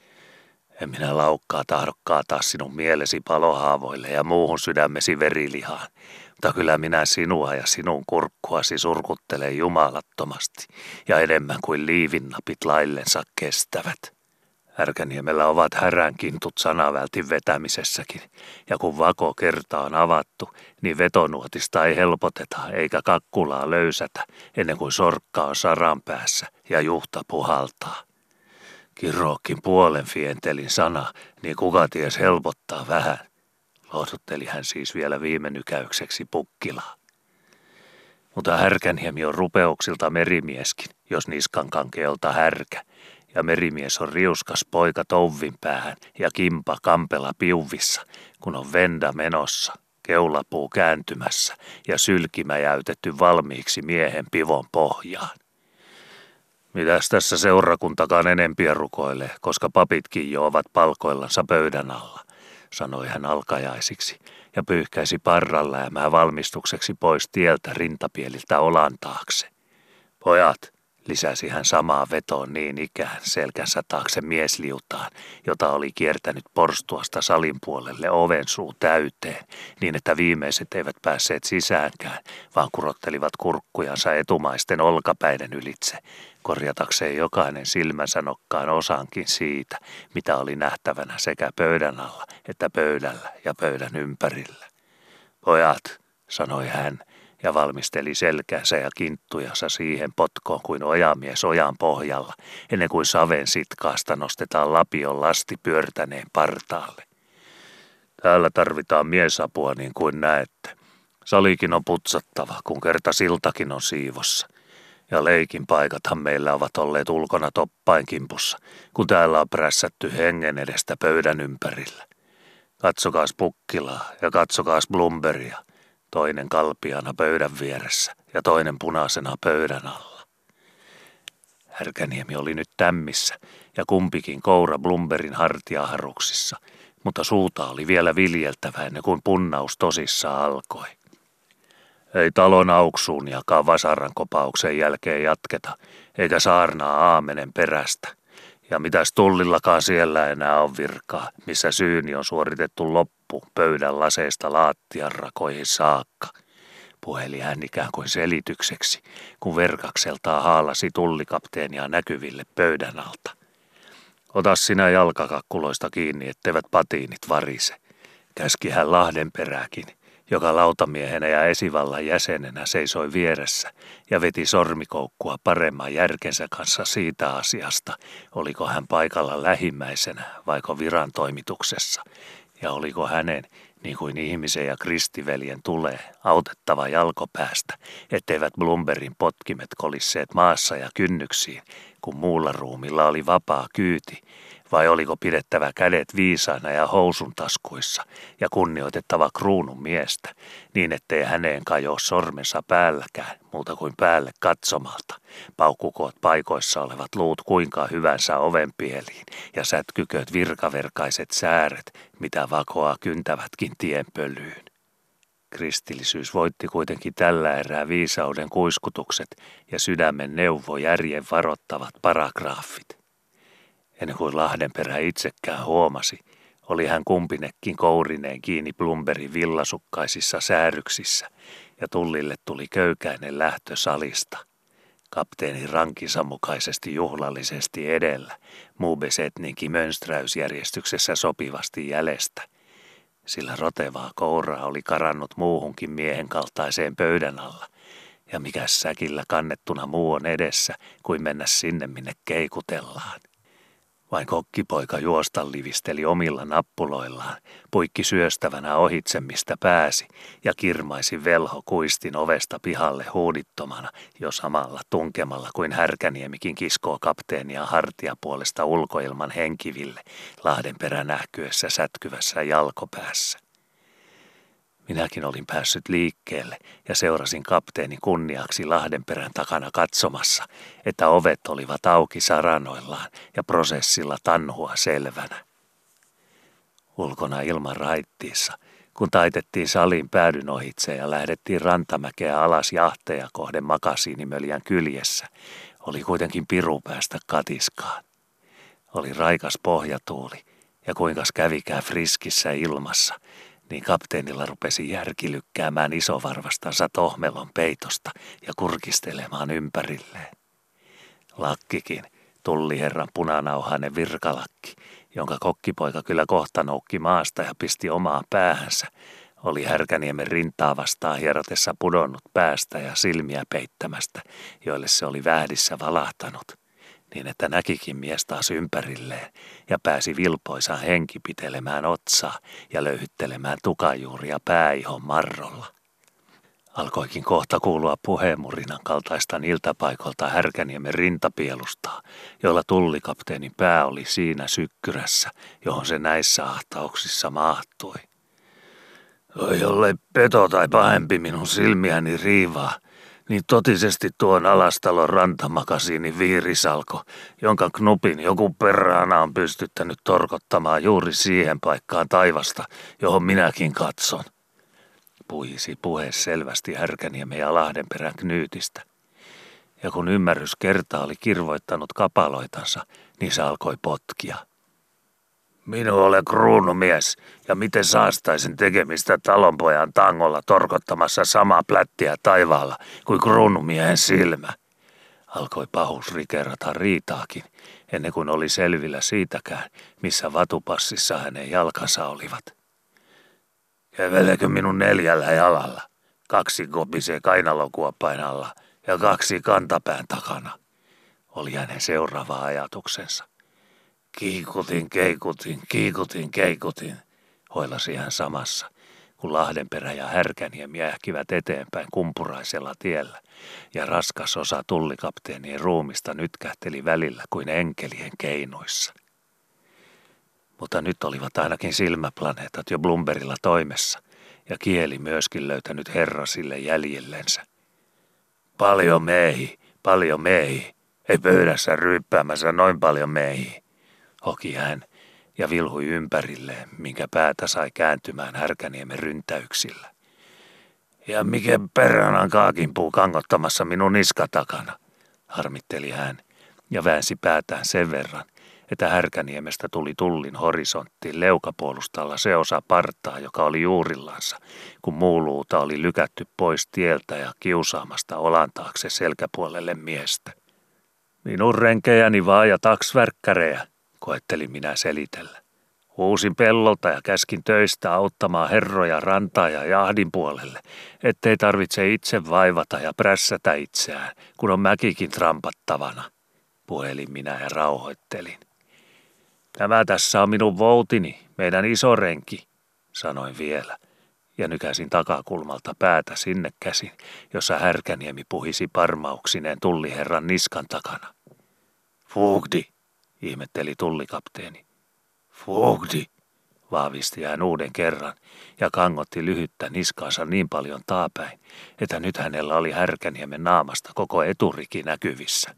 En minä laukkaa tahdokkaa taas sinun mielesi palohaavoille ja muuhun sydämesi verilihaan, mutta kyllä minä sinua ja sinun kurkkuasi surkuttelen jumalattomasti ja enemmän kuin liivinnapit laillensa kestävät. Härkäniemellä ovat häräänkintut sanavältin vetämisessäkin, ja kun vako kerta on avattu, niin vetonuotista ei helpoteta eikä kakkulaa löysätä ennen kuin sorkka on saran päässä ja juhta puhaltaa. Kirookin puolen fientelin sana, niin kuka ties helpottaa vähän. Lohdutteli hän siis vielä viime nykäykseksi Pukkilaa. Mutta Härkänniemi on rupeuksilta merimieskin, jos niskankankeolta härkä, ja merimies on riuskas poika touvin päähän ja kimpa kampela piuvissa, kun on venda menossa, keulapuu kääntymässä ja sylkimä jäytetty valmiiksi miehen pivon pohjaan. Mitäs tässä seurakuntakaan enempiä rukoilee, koska papitkin jo ovat palkoillansa pöydän alla, sanoi hän alkajaisiksi ja pyyhkäisi parranläämää valmistukseksi pois tieltä rintapieliltä olan taakse. Pojat, lisäsi hän samaa vetoon niin ikään selkänsä taakse miesliutaan, jota oli kiertänyt porstuasta salin puolelle ovensuu täyteen, niin että viimeiset eivät päässeet sisäänkään, vaan kurottelivat kurkkujansa etumaisten olkapäiden ylitse, korjatakseen jokainen silmänsä nokkaan osankin siitä, mitä oli nähtävänä sekä pöydän alla että pöydällä ja pöydän ympärillä. Pojat, sanoi hän, ja valmisteli selkänsä ja kinttujansa siihen potkoon kuin ojamies ojan pohjalla, ennen kuin saven sitkaasta nostetaan lapion lasti pyörtäneen partaalle. Täällä tarvitaan miesapua niin kuin näette. Salikin on putsattava, kun kerta siltakin on siivossa. Ja leikin paikathan meillä ovat olleet ulkona toppain kimpussa, kun täällä on prässätty hengen edestä pöydän ympärillä. Katsokaas Pukkilaa ja katsokaas Blumberia. Toinen kalpiana pöydän vieressä ja toinen punaisena pöydän alla. Härkäniemi oli nyt tämmissä ja kumpikin koura Blumberin hartiaharuksissa, mutta suuta oli vielä viljeltävä ennen kuin punnaus tosissaan alkoi. Ei talon auksuun jakaa vasaran kopauksen jälkeen jatketa, eikä saarnaa aamenen perästä. Ja mitäs tullillakaan siellä enää on virkaa, missä syyni on suoritettu loppu pöydän laseista laattian rakoihin saakka. Puheli hän ikään kuin selitykseksi, kun verkakseltaan haalasi tullikapteenia näkyville pöydän alta. Ota sinä jalkakakkuloista kiinni, etteivät patiinit varise. Käski hän Lahdenperääkin, joka lautamiehenä ja esivallan jäsenenä seisoi vieressä ja veti sormikoukkua paremman järkensä kanssa siitä asiasta, oliko hän paikalla lähimmäisenä vaiko viran toimituksessa, ja oliko hänen, niin kuin ihmisen ja kristiveljen tulee, autettava jalkopäästä, etteivät Blumberin potkimet kolisseet maassa ja kynnyksiin, kun muulla ruumilla oli vapaa kyyti, vai oliko pidettävä kädet viisaina ja housun taskuissa ja kunnioitettava kruunun miestä, niin ettei häneen kajo sormensa päälläkään muuta kuin päälle katsomalta, paukkukoot paikoissa olevat luut kuinka hyvänsä ovenpieliin ja sätkyköt virkaverkaiset sääret, mitä vakoa kyntävätkin tienpölyyn. Kristillisyys voitti kuitenkin tällä erää viisauden kuiskutukset ja sydämen neuvo järjen varoittavat paragraafit. Ennen kuin Lahdenperä itsekään huomasi, oli hän kumpinekin kourineen kiinni Blumberin villasukkaisissa sääryksissä, ja tullille tuli köykäinen lähtö salista. Kapteeni rankinsa mukaisesti juhlallisesti edellä, muu besetninki mönsträysjärjestyksessä sopivasti jäljestä, sillä rotevaa kouraa oli karannut muuhunkin miehen kaltaiseen pöydän alla, ja mikäs säkillä kannettuna muu on edessä, kuin mennä sinne minne keikutellaan. Vain kokkipoika juosta livisteli omilla nappuloillaan, puikki syöstävänä ohitse mistä pääsi ja kirmaisi velho kuistin ovesta pihalle huudittomana jo samalla tunkemalla kuin Härkäniemikin kiskoo kapteenia hartiapuolesta ulkoilman henkiville Lahdenperän nähkyessä sätkyvässä jalkopäässä. Minäkin olin päässyt liikkeelle ja seurasin kapteeni kunniaksi Lahdenperän takana katsomassa, että ovet olivat auki saranoillaan ja prosessilla tanhua selvänä. Ulkona ilman raittiissa, kun taitettiin salin päädyn ohitse ja lähdettiin rantamäkeä alas jahteja kohden makasiinimöljän kyljessä, oli kuitenkin piru päästä katiskaan. Oli raikas pohjatuuli ja kuinkas kävikään friskissä ilmassa, niin kapteenilla rupesi järki lykkäämään isovarvastansa tohmelon peitosta ja kurkistelemaan ympärilleen. Lakkikin, tulliherran punanauhainen virkalakki, jonka kokkipoika kyllä kohta noukki maasta ja pisti omaa päähänsä, oli Härkäniemen rintaa vastaan hierotessa pudonnut päästä ja silmiä peittämästä, joille se oli vähdissä valahtanut, niin että näkikin mies taas ympärilleen ja pääsi vilpoisaan henkipitelemään otsaa ja löyhyttelemään tukajuuria pääihon marrolla. Alkoikin kohta kuulua puheenmurinan kaltaista iltapaikolta Härkäniemen rintapielustaa, jolla tullikapteenin pää oli siinä sykkyrässä, johon se näissä ahtauksissa mahtui. Oi, jollei peto tai pahempi minun silmiäni riivaa, niin totisesti tuon Alastalon rantamakasiinin viirisalko, jonka knupin joku perhana on pystyttänyt torkottamaan juuri siihen paikkaan taivasta, johon minäkin katson. Puhisi puhe selvästi Härkäniemen ja Lahdenperän knyytistä. Ja kun ymmärrys kerta oli kirvoittanut kapaloitansa, niin se alkoi potkia. Minä olen kruunumies, ja miten saastaisin tekemistä talonpojan tangolla torkottamassa samaa plättiä taivaalla kuin kruunumiehen silmä. Alkoi pahus rikerata riitaakin, ennen kuin oli selvillä siitäkään, missä vatupassissa hänen jalkansa olivat. Kävelekö minun 4 jalalla? 2 kopisee kainalokuoppain alla ja 2 kantapään takana, oli hänen seuraava ajatuksensa. Kiikutin, keikutin, hoilasi hän samassa, kun Lahdenperä ja Härkäniemi ähkivät eteenpäin kumpuraisella tiellä, ja raskas osa tullikapteenien ruumista nytkähteli välillä kuin enkelien keinoissa. Mutta nyt olivat ainakin silmäplaneetat jo Blumberilla toimessa, ja kieli myöskin löytänyt herrasille jäljellensä. Paljon miehi, ei pöydässä ryyppäämässä noin paljon miehiä, hoki hän ja vilhui ympärilleen, minkä päätä sai kääntymään Härkäniemen ryntäyksillä. Ja mikä perhanan kaakinpuu kangottamassa minun niskatakana, harmitteli hän ja väänsi päätään sen verran, että Härkäniemestä tuli tullin horisonttiin leukapuolustalla se osa partaa, joka oli juurillansa, kun muu luuta oli lykätty pois tieltä ja kiusaamasta olan taakse selkäpuolelle miestä. Minun renkejäni vaan ja taksvärkkärejä, koetteli minä selitellä. Huusin pellolta ja käskin töistä auttamaan herroja rantaa ja jahdin puolelle, ettei tarvitse itse vaivata ja prässätä itseään, kun on mäkikin trampattavana, puhelin minä ja rauhoittelin. Tämä tässä on minun voutini, meidän iso renki, sanoin vielä, ja nykäsin takakulmalta päätä sinne käsin, jossa Härkäniemi puhisi parmauksineen tulliherran niskan takana. Fugdi, ihmetteli tullikapteeni. Fugdi, vahvisti hän uuden kerran ja kangotti lyhyttä niskaansa niin paljon taapäin, että nyt hänellä oli Härkäniemen naamasta koko eturiki näkyvissä.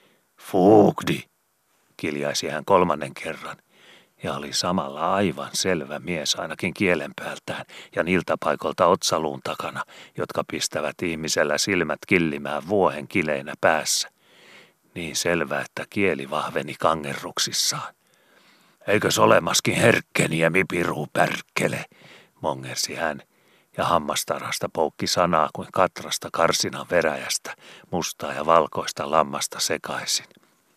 Fugdi, kiljaisi hän 3. kerran ja oli samalla aivan selvä mies ainakin kielen päältään ja niiltä paikolta otsaluun takana, jotka pistävät ihmisellä silmät killimään vuohen kileinä päässä. Niin selvä, että kieli vahveni kangerruksissaan. Eikös olemaskin Herkkeniemi piru pärkkele, mongersi hän, ja hammastarasta poukki sanaa kuin katrasta karsinan veräjästä, mustaa ja valkoista lammasta sekaisin.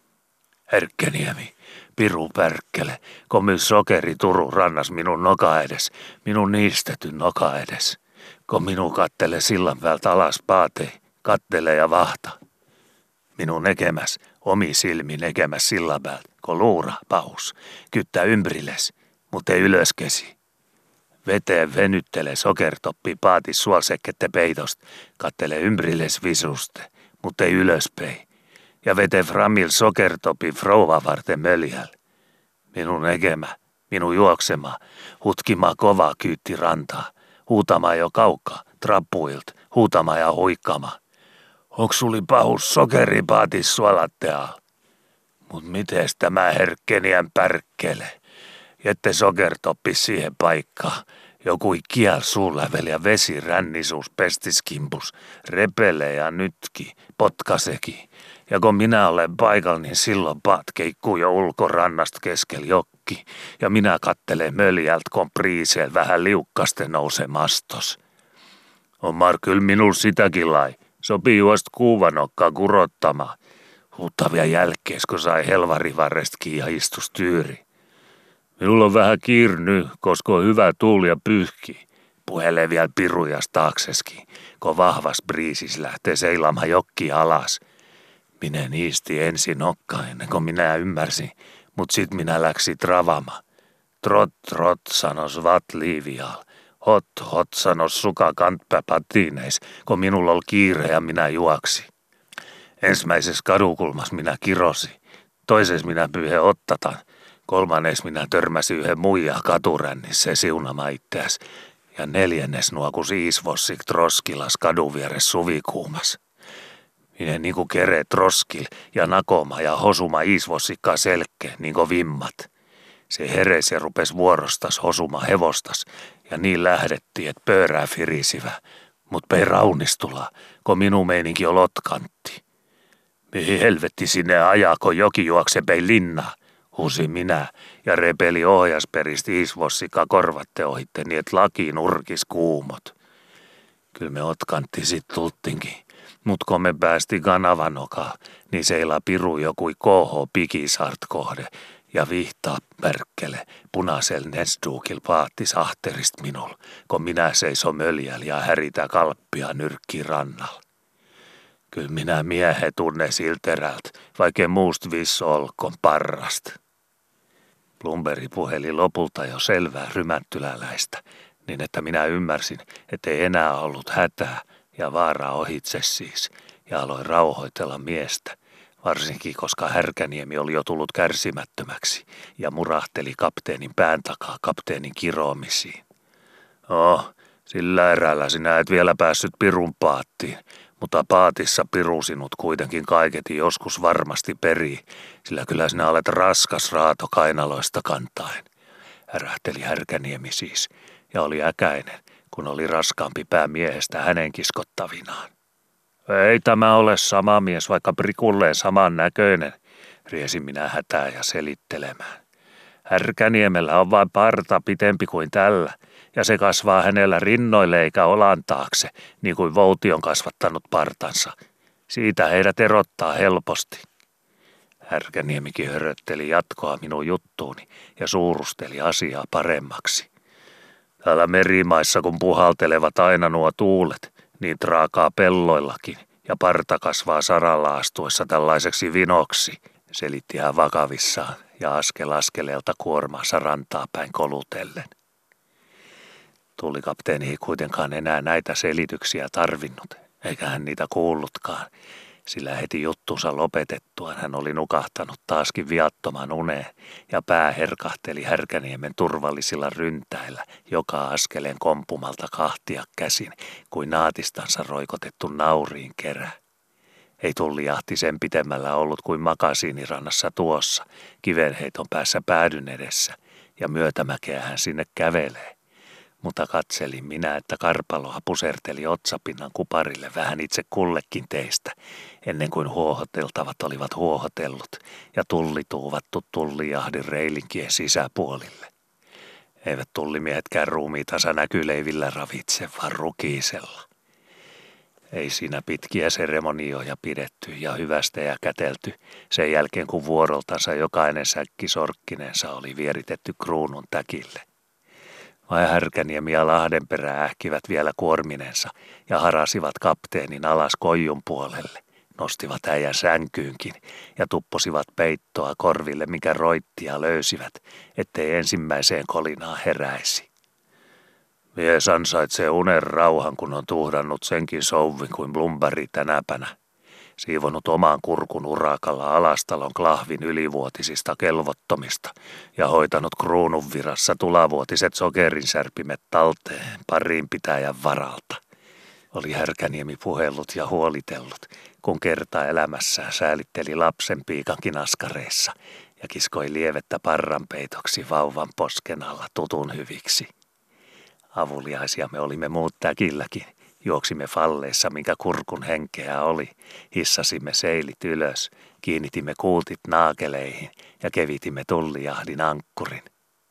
Herkkeniemi, piru pärkkele, komy sokeri Turun rannas minun noka edes, minun niistetyn noka edes. Ko minu kattele sillan päältä alas paatei, kattele ja vahta. Minun näkemäs, omi silmi näkemäs sillan päältä, ko luura, pahus. Kyttä ymprilles, mut ei ylöskesi. Veteen venyttele sokertoppi paati suolsekkette peitost, kattele ymprilles visuste, mut ei ylöspei. Ja vete framil sokertopi frouva varten möljäl. Minun näkemä, minun juoksema, hutkima kova kyytti rantaa, huutama jo kaukaa, trappuilt, huutama ja huikkama. Onks suli pahus sokeripaatis suolatteal? Mut mites tämä herkkeniän pärkkele? Jette sokertoppis siihen paikkaan. Joku kiel suulävel ja vesirännisuus pestiskimpus, repele ja nytki, potkaseki. Ja kun minä olen paikalla, niin silloin paat keikkuu jo ulkorannasta keskel jokki. Ja minä kattelen möljältä, kun priiseel vähän liukkaste nouse mastos. On Markyl minul sitäkin lai. Sopii juost kuuvanokkaa kurottama. Huuttavia jälkees, kun sai helvarivarrestkin ja istus tyyri. Minulla on vähän kiirny, koska on hyvä tuuli ja pyyhki. Puhelee vielä pirujas taakseski, kun vahvas briisis lähtee seilaamaan jokki alas. Minä niisti ensin nokka ennen kuin minä ymmärsin, mut sit minä läksi travama. Trot, trot, sanos vat liivial. Hot, hot, sanos suka kantpä patiineis, kun minulla oli kiire ja minä juoksi. Ensimmäisessä kadukulmas minä kirosi, toisessa minä pyyhe ottatan. Kolmannes minä törmäsin yhden muijaa katurännissä siunama itteäs, ja neljännes nuokus iisvossik troskilas kadun vieres suvikuumas. Minä niinku kere troskil ja nakoma ja hosuma iisvossikkaa selkke niinku vimmat. Se heres ja rupes vuorostas hosuma hevostas, ja niin lähdettiin, et pöörää firisivä, mut pei raunistula, kun minun meininki on lotkantti. Mihin helvetti sinne ajaa, kun joki juokse pei linnaa? Huusin minä ja repeli ohjasperistä iisvossika korvatte ohitte niin, et lakiin urkis kuumot. Kyllä me otkantti sit tulttinkin, mut kun me päästi kanavanokaa, niin seila piru joku koho pikisart kohde ja vihtaa pärkkele punaisel nesduukil paattis ahterist minul, kun minä seiso möljäl ja häritä kalppia nyrkki rannal. Kyllä minä miehe tunne silterältä, vaikka muust visso olkon parrast. Plumberi puheli lopulta jo selvää rymättyläläistä, niin että minä ymmärsin, ettei enää ollut hätää ja vaaraa ohitse siis, ja aloin rauhoitella miestä, varsinkin koska Härkäniemi oli jo tullut kärsimättömäksi ja murahteli kapteenin pään takaa kapteenin kiroomisiin. Sillä eräällä sinä et vielä päässyt pirun paattiin, mutta paatissa piru sinut kuitenkin kaiketi joskus varmasti perii, sillä kyllä sinä olet raskas raato kainaloista kantaen. Ärähteli Härkäniemi siis, ja oli äkäinen, kun oli raskaampi pää miehestä hänen kiskottavinaan. Ei tämä ole sama mies, vaikka prikulleen saman näköinen, riesin minä hätää ja selittelemään. Härkäniemellä on vain parta pitempi kuin tällä, ja se kasvaa hänellä rinnoille eikä olan taakse, niin kuin vouti on kasvattanut partansa. Siitä heidät erottaa helposti. Härkäniemikin hörötteli jatkoa minun juttuuni ja suurusteli asiaa paremmaksi. Täällä merimaissa, kun puhaltelevat aina nuo tuulet, niin traakaa pelloillakin ja parta kasvaa saralla astuessa tällaiseksi vinoksi, selitti hän vakavissaan ja askel askeleelta kuormaansa rantaa päin kolutellen. Tullikapteeni ei kuitenkaan enää näitä selityksiä tarvinnut, eikä hän niitä kuullutkaan, sillä heti juttunsa lopetettuaan hän oli nukahtanut taaskin viattoman uneen ja pää herkahteli Härkäniemen turvallisilla ryntäillä joka askeleen kompumalta kahtia käsin kuin naatistansa roikotettu nauriin kerä. Ei tullijahti sen pitemmällä ollut kuin makasiinirannassa tuossa, kivenheiton päässä päädyn edessä, ja myötämäkeä hän sinne kävelee. Mutta katselin minä, että karpaloa puserteli otsapinnan kuparille vähän itse kullekin teistä, ennen kuin huohoteltavat olivat huohotellut ja tullituuvattu tullijahdin reilinkien sisäpuolille. Eivät tullimiehetkään ruumiitansa näkyleivillä ravitse, vaan rukiisella. Ei siinä pitkiä seremonioja pidetty ja hyvästä ja kätelty sen jälkeen, kun vuoroltansa jokainen säkki sorkkinensa oli vieritetty kruunun täkille. Vai Härkäniemi ja Lahdenperä ähkivät vielä kuorminensa ja harasivat kapteenin alas koijun puolelle, Nostivat äijän sänkyynkin ja tupposivat peittoa korville, minkä roittia löysivät, ettei ensimmäiseen kolinaan heräisi. Mies ansaitsee unen rauhan, kun on tuhdannut senkin souvin kuin Blumberg tänäpänä. Siivonut oman kurkun urakalla Alastalon klahvin ylivuotisista kelvottomista ja hoitanut kruunun virassa tulavuotiset sokerinsärpimet talteen pariin pitäjän varalta. Oli Härkäniemi puhellut ja huolitellut, kun kerta elämässään säälitteli lapsen piikankin askareissa ja kiskoi lievettä parranpeitoksi vauvan posken alla tutun hyviksi. Avuliaisia me olimme muut täkilläkin. Juoksimme falleissa, minkä kurkun henkeä oli, hissasimme seilit ylös, kiinnitimme kuutit naakeleihin ja kevitimme tullijahdin ankkurin.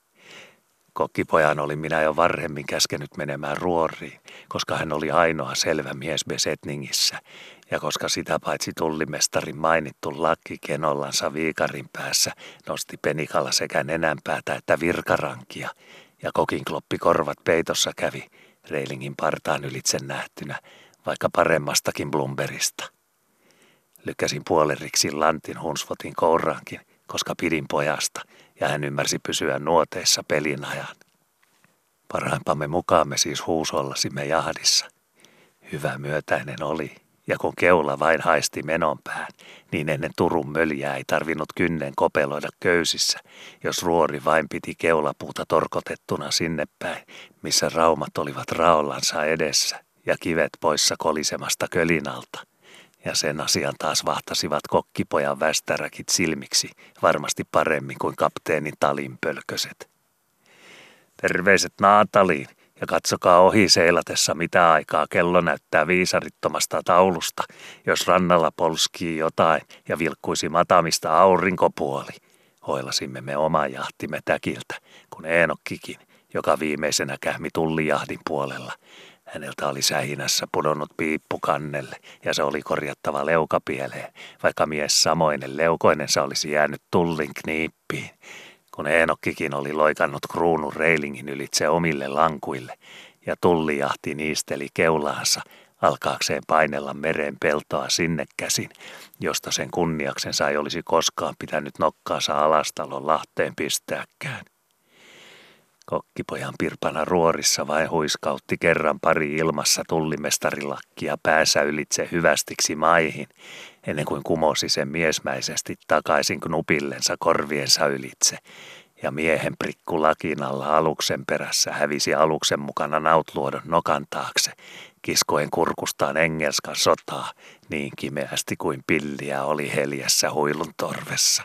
Kokkipojan olin minä jo varhemmin käskenyt menemään ruoriin, koska hän oli ainoa selvä mies Besetningissä, ja koska sitä paitsi tullimestarin mainittu lakki kenollansa viikarin päässä nosti penikalla sekä nenänpäätä että virkarankia, ja kokinkloppi korvat peitossa kävi, reilingin partaan ylitse nähtynä, vaikka paremmastakin Blumbergista. Lykkäsin puoleriksin lantin Hunsfotin kouraankin, koska pidin pojasta, ja hän ymmärsi pysyä nuoteissa pelin ajan. Parhaimpamme mukaamme siis huusollasimme jahdissa. Hyvä myötäinen oli, ja kun keula vain haisti menonpään, niin ennen Turun möljää ei tarvinnut kynnen kopeloida köysissä, jos ruori vain piti keulapuuta torkotettuna sinne päin, missä raumat olivat raollansa edessä ja kivet poissa kolisemasta kölinalta. Ja sen asian taas vahtasivat kokkipojan västäräkit silmiksi, varmasti paremmin kuin kapteenin talinpölköset. Terveiset Naataliin, ja katsokaa ohi seilatessa, mitä aikaa kello näyttää viisarittomasta taulusta, jos rannalla polskii jotain ja vilkkuisi matamista aurinkopuoli. Hoilasimme me oman jahtimme täkiltä, kun Eenokkikin, joka viimeisenä kähmi tullijahdin puolella. Häneltä oli sähinässä pudonnut piippu kannelle ja se oli korjattava leukapieleen, vaikka mies samoinen leukoinensa olisi jäänyt tullin kniippiin. Kun Eenokkikin oli loikannut kruunun reilingin ylitse omille lankuille ja tullijahti niisteli keulaansa alkaakseen painella meren peltoa sinne käsin, josta sen kunniaksensa ei olisi koskaan pitänyt nokkaansa Alastalon Lahteen pistääkään. Kokkipojan pirpana ruorissa vain huiskautti kerran pari ilmassa tullimestarilakkia päänsä ylitse hyvästiksi maihin, ennen kuin kumosi sen miesmäisesti takaisin knupillensa korviensa ylitse, ja miehen prikku lakin alla aluksen perässä hävisi aluksen mukana nautluodon nokan taakse, kiskoen kurkustaan engelskan sotaa niin kimeästi kuin pilliä oli heljässä huilun torvessa.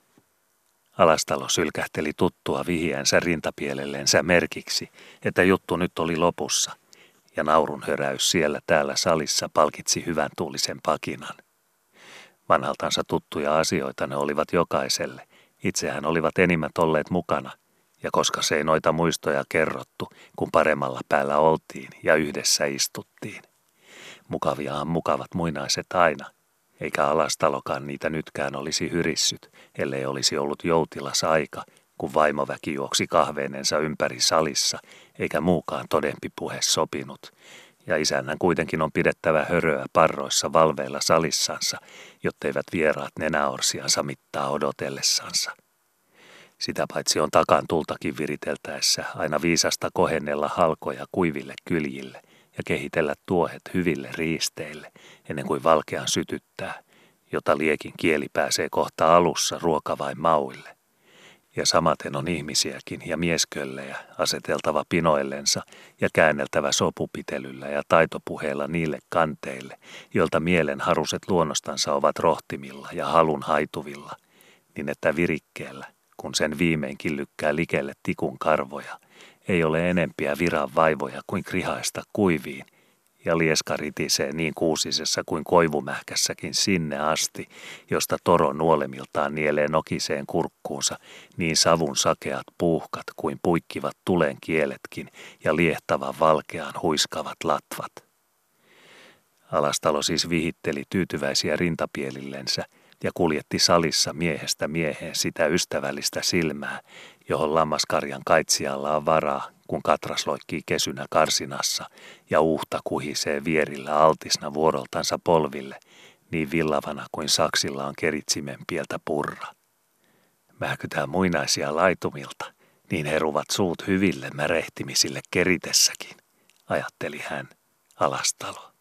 Alastalo sylkähteli tuttua vihjänsä rintapielellensä merkiksi, että juttu nyt oli lopussa, ja naurun höräys siellä täällä salissa palkitsi hyvän tuulisen pakinan. Vanhaltansa tuttuja asioita ne olivat jokaiselle, itsehän olivat enimmät olleet mukana, ja koska se ei noita muistoja kerrottu, kun paremmalla päällä oltiin ja yhdessä istuttiin. Mukaviahan mukavat muinaiset aina, eikä Alastalokaan niitä nytkään olisi hyrissyt, ellei olisi ollut joutilas aika, kun vaimoväki juoksi kahveinensa ympäri salissa, eikä muukaan todempi puhe sopinut. Ja isännän kuitenkin on pidettävä höröä parroissa valveilla salissansa, jotteivät vieraat nenäorsiansa mittaa odotellessansa. Sitä paitsi on takan tultakin viriteltäessä aina viisasta kohennella halkoja kuiville kyljille ja kehitellä tuohet hyville riisteille, ennen kuin valkean sytyttää, jota liekin kieli pääsee kohta alussa ruokavain mauille. Ja samaten on ihmisiäkin ja miesköllejä aseteltava pinoillensa ja käänneltävä sopupitelyllä ja taitopuheella niille kanteille, joilta mielen haruset luonnostansa ovat rohtimilla ja halun haituvilla, niin että virikkeellä, kun sen viimeinkin lykkää likelle tikun karvoja, ei ole enempiä viran vaivoja kuin krihaista kuiviin, ja lieska ritisee niin kuusisessa kuin koivumähkässäkin sinne asti, josta toro nuolemiltaan nielee nokiseen kurkkuunsa niin savun sakeat puuhkat kuin puikkivat tulen kieletkin ja liehtavan valkean huiskavat latvat. Alastalo siis vihitteli tyytyväisiä rintapielillensä ja kuljetti salissa miehestä mieheen sitä ystävällistä silmää, johon lammaskarjan kaitsialla on varaa, kun katras loikkii kesynä karsinassa ja uhta kuhisee vierillä altisna vuoroltansa polville, niin villavana kuin saksilla on keritsimen pieltä purra. Mähkytään muinaisia laitumilta, niin heruvat suut hyville märehtimisille keritessäkin, ajatteli hän, Alastalo.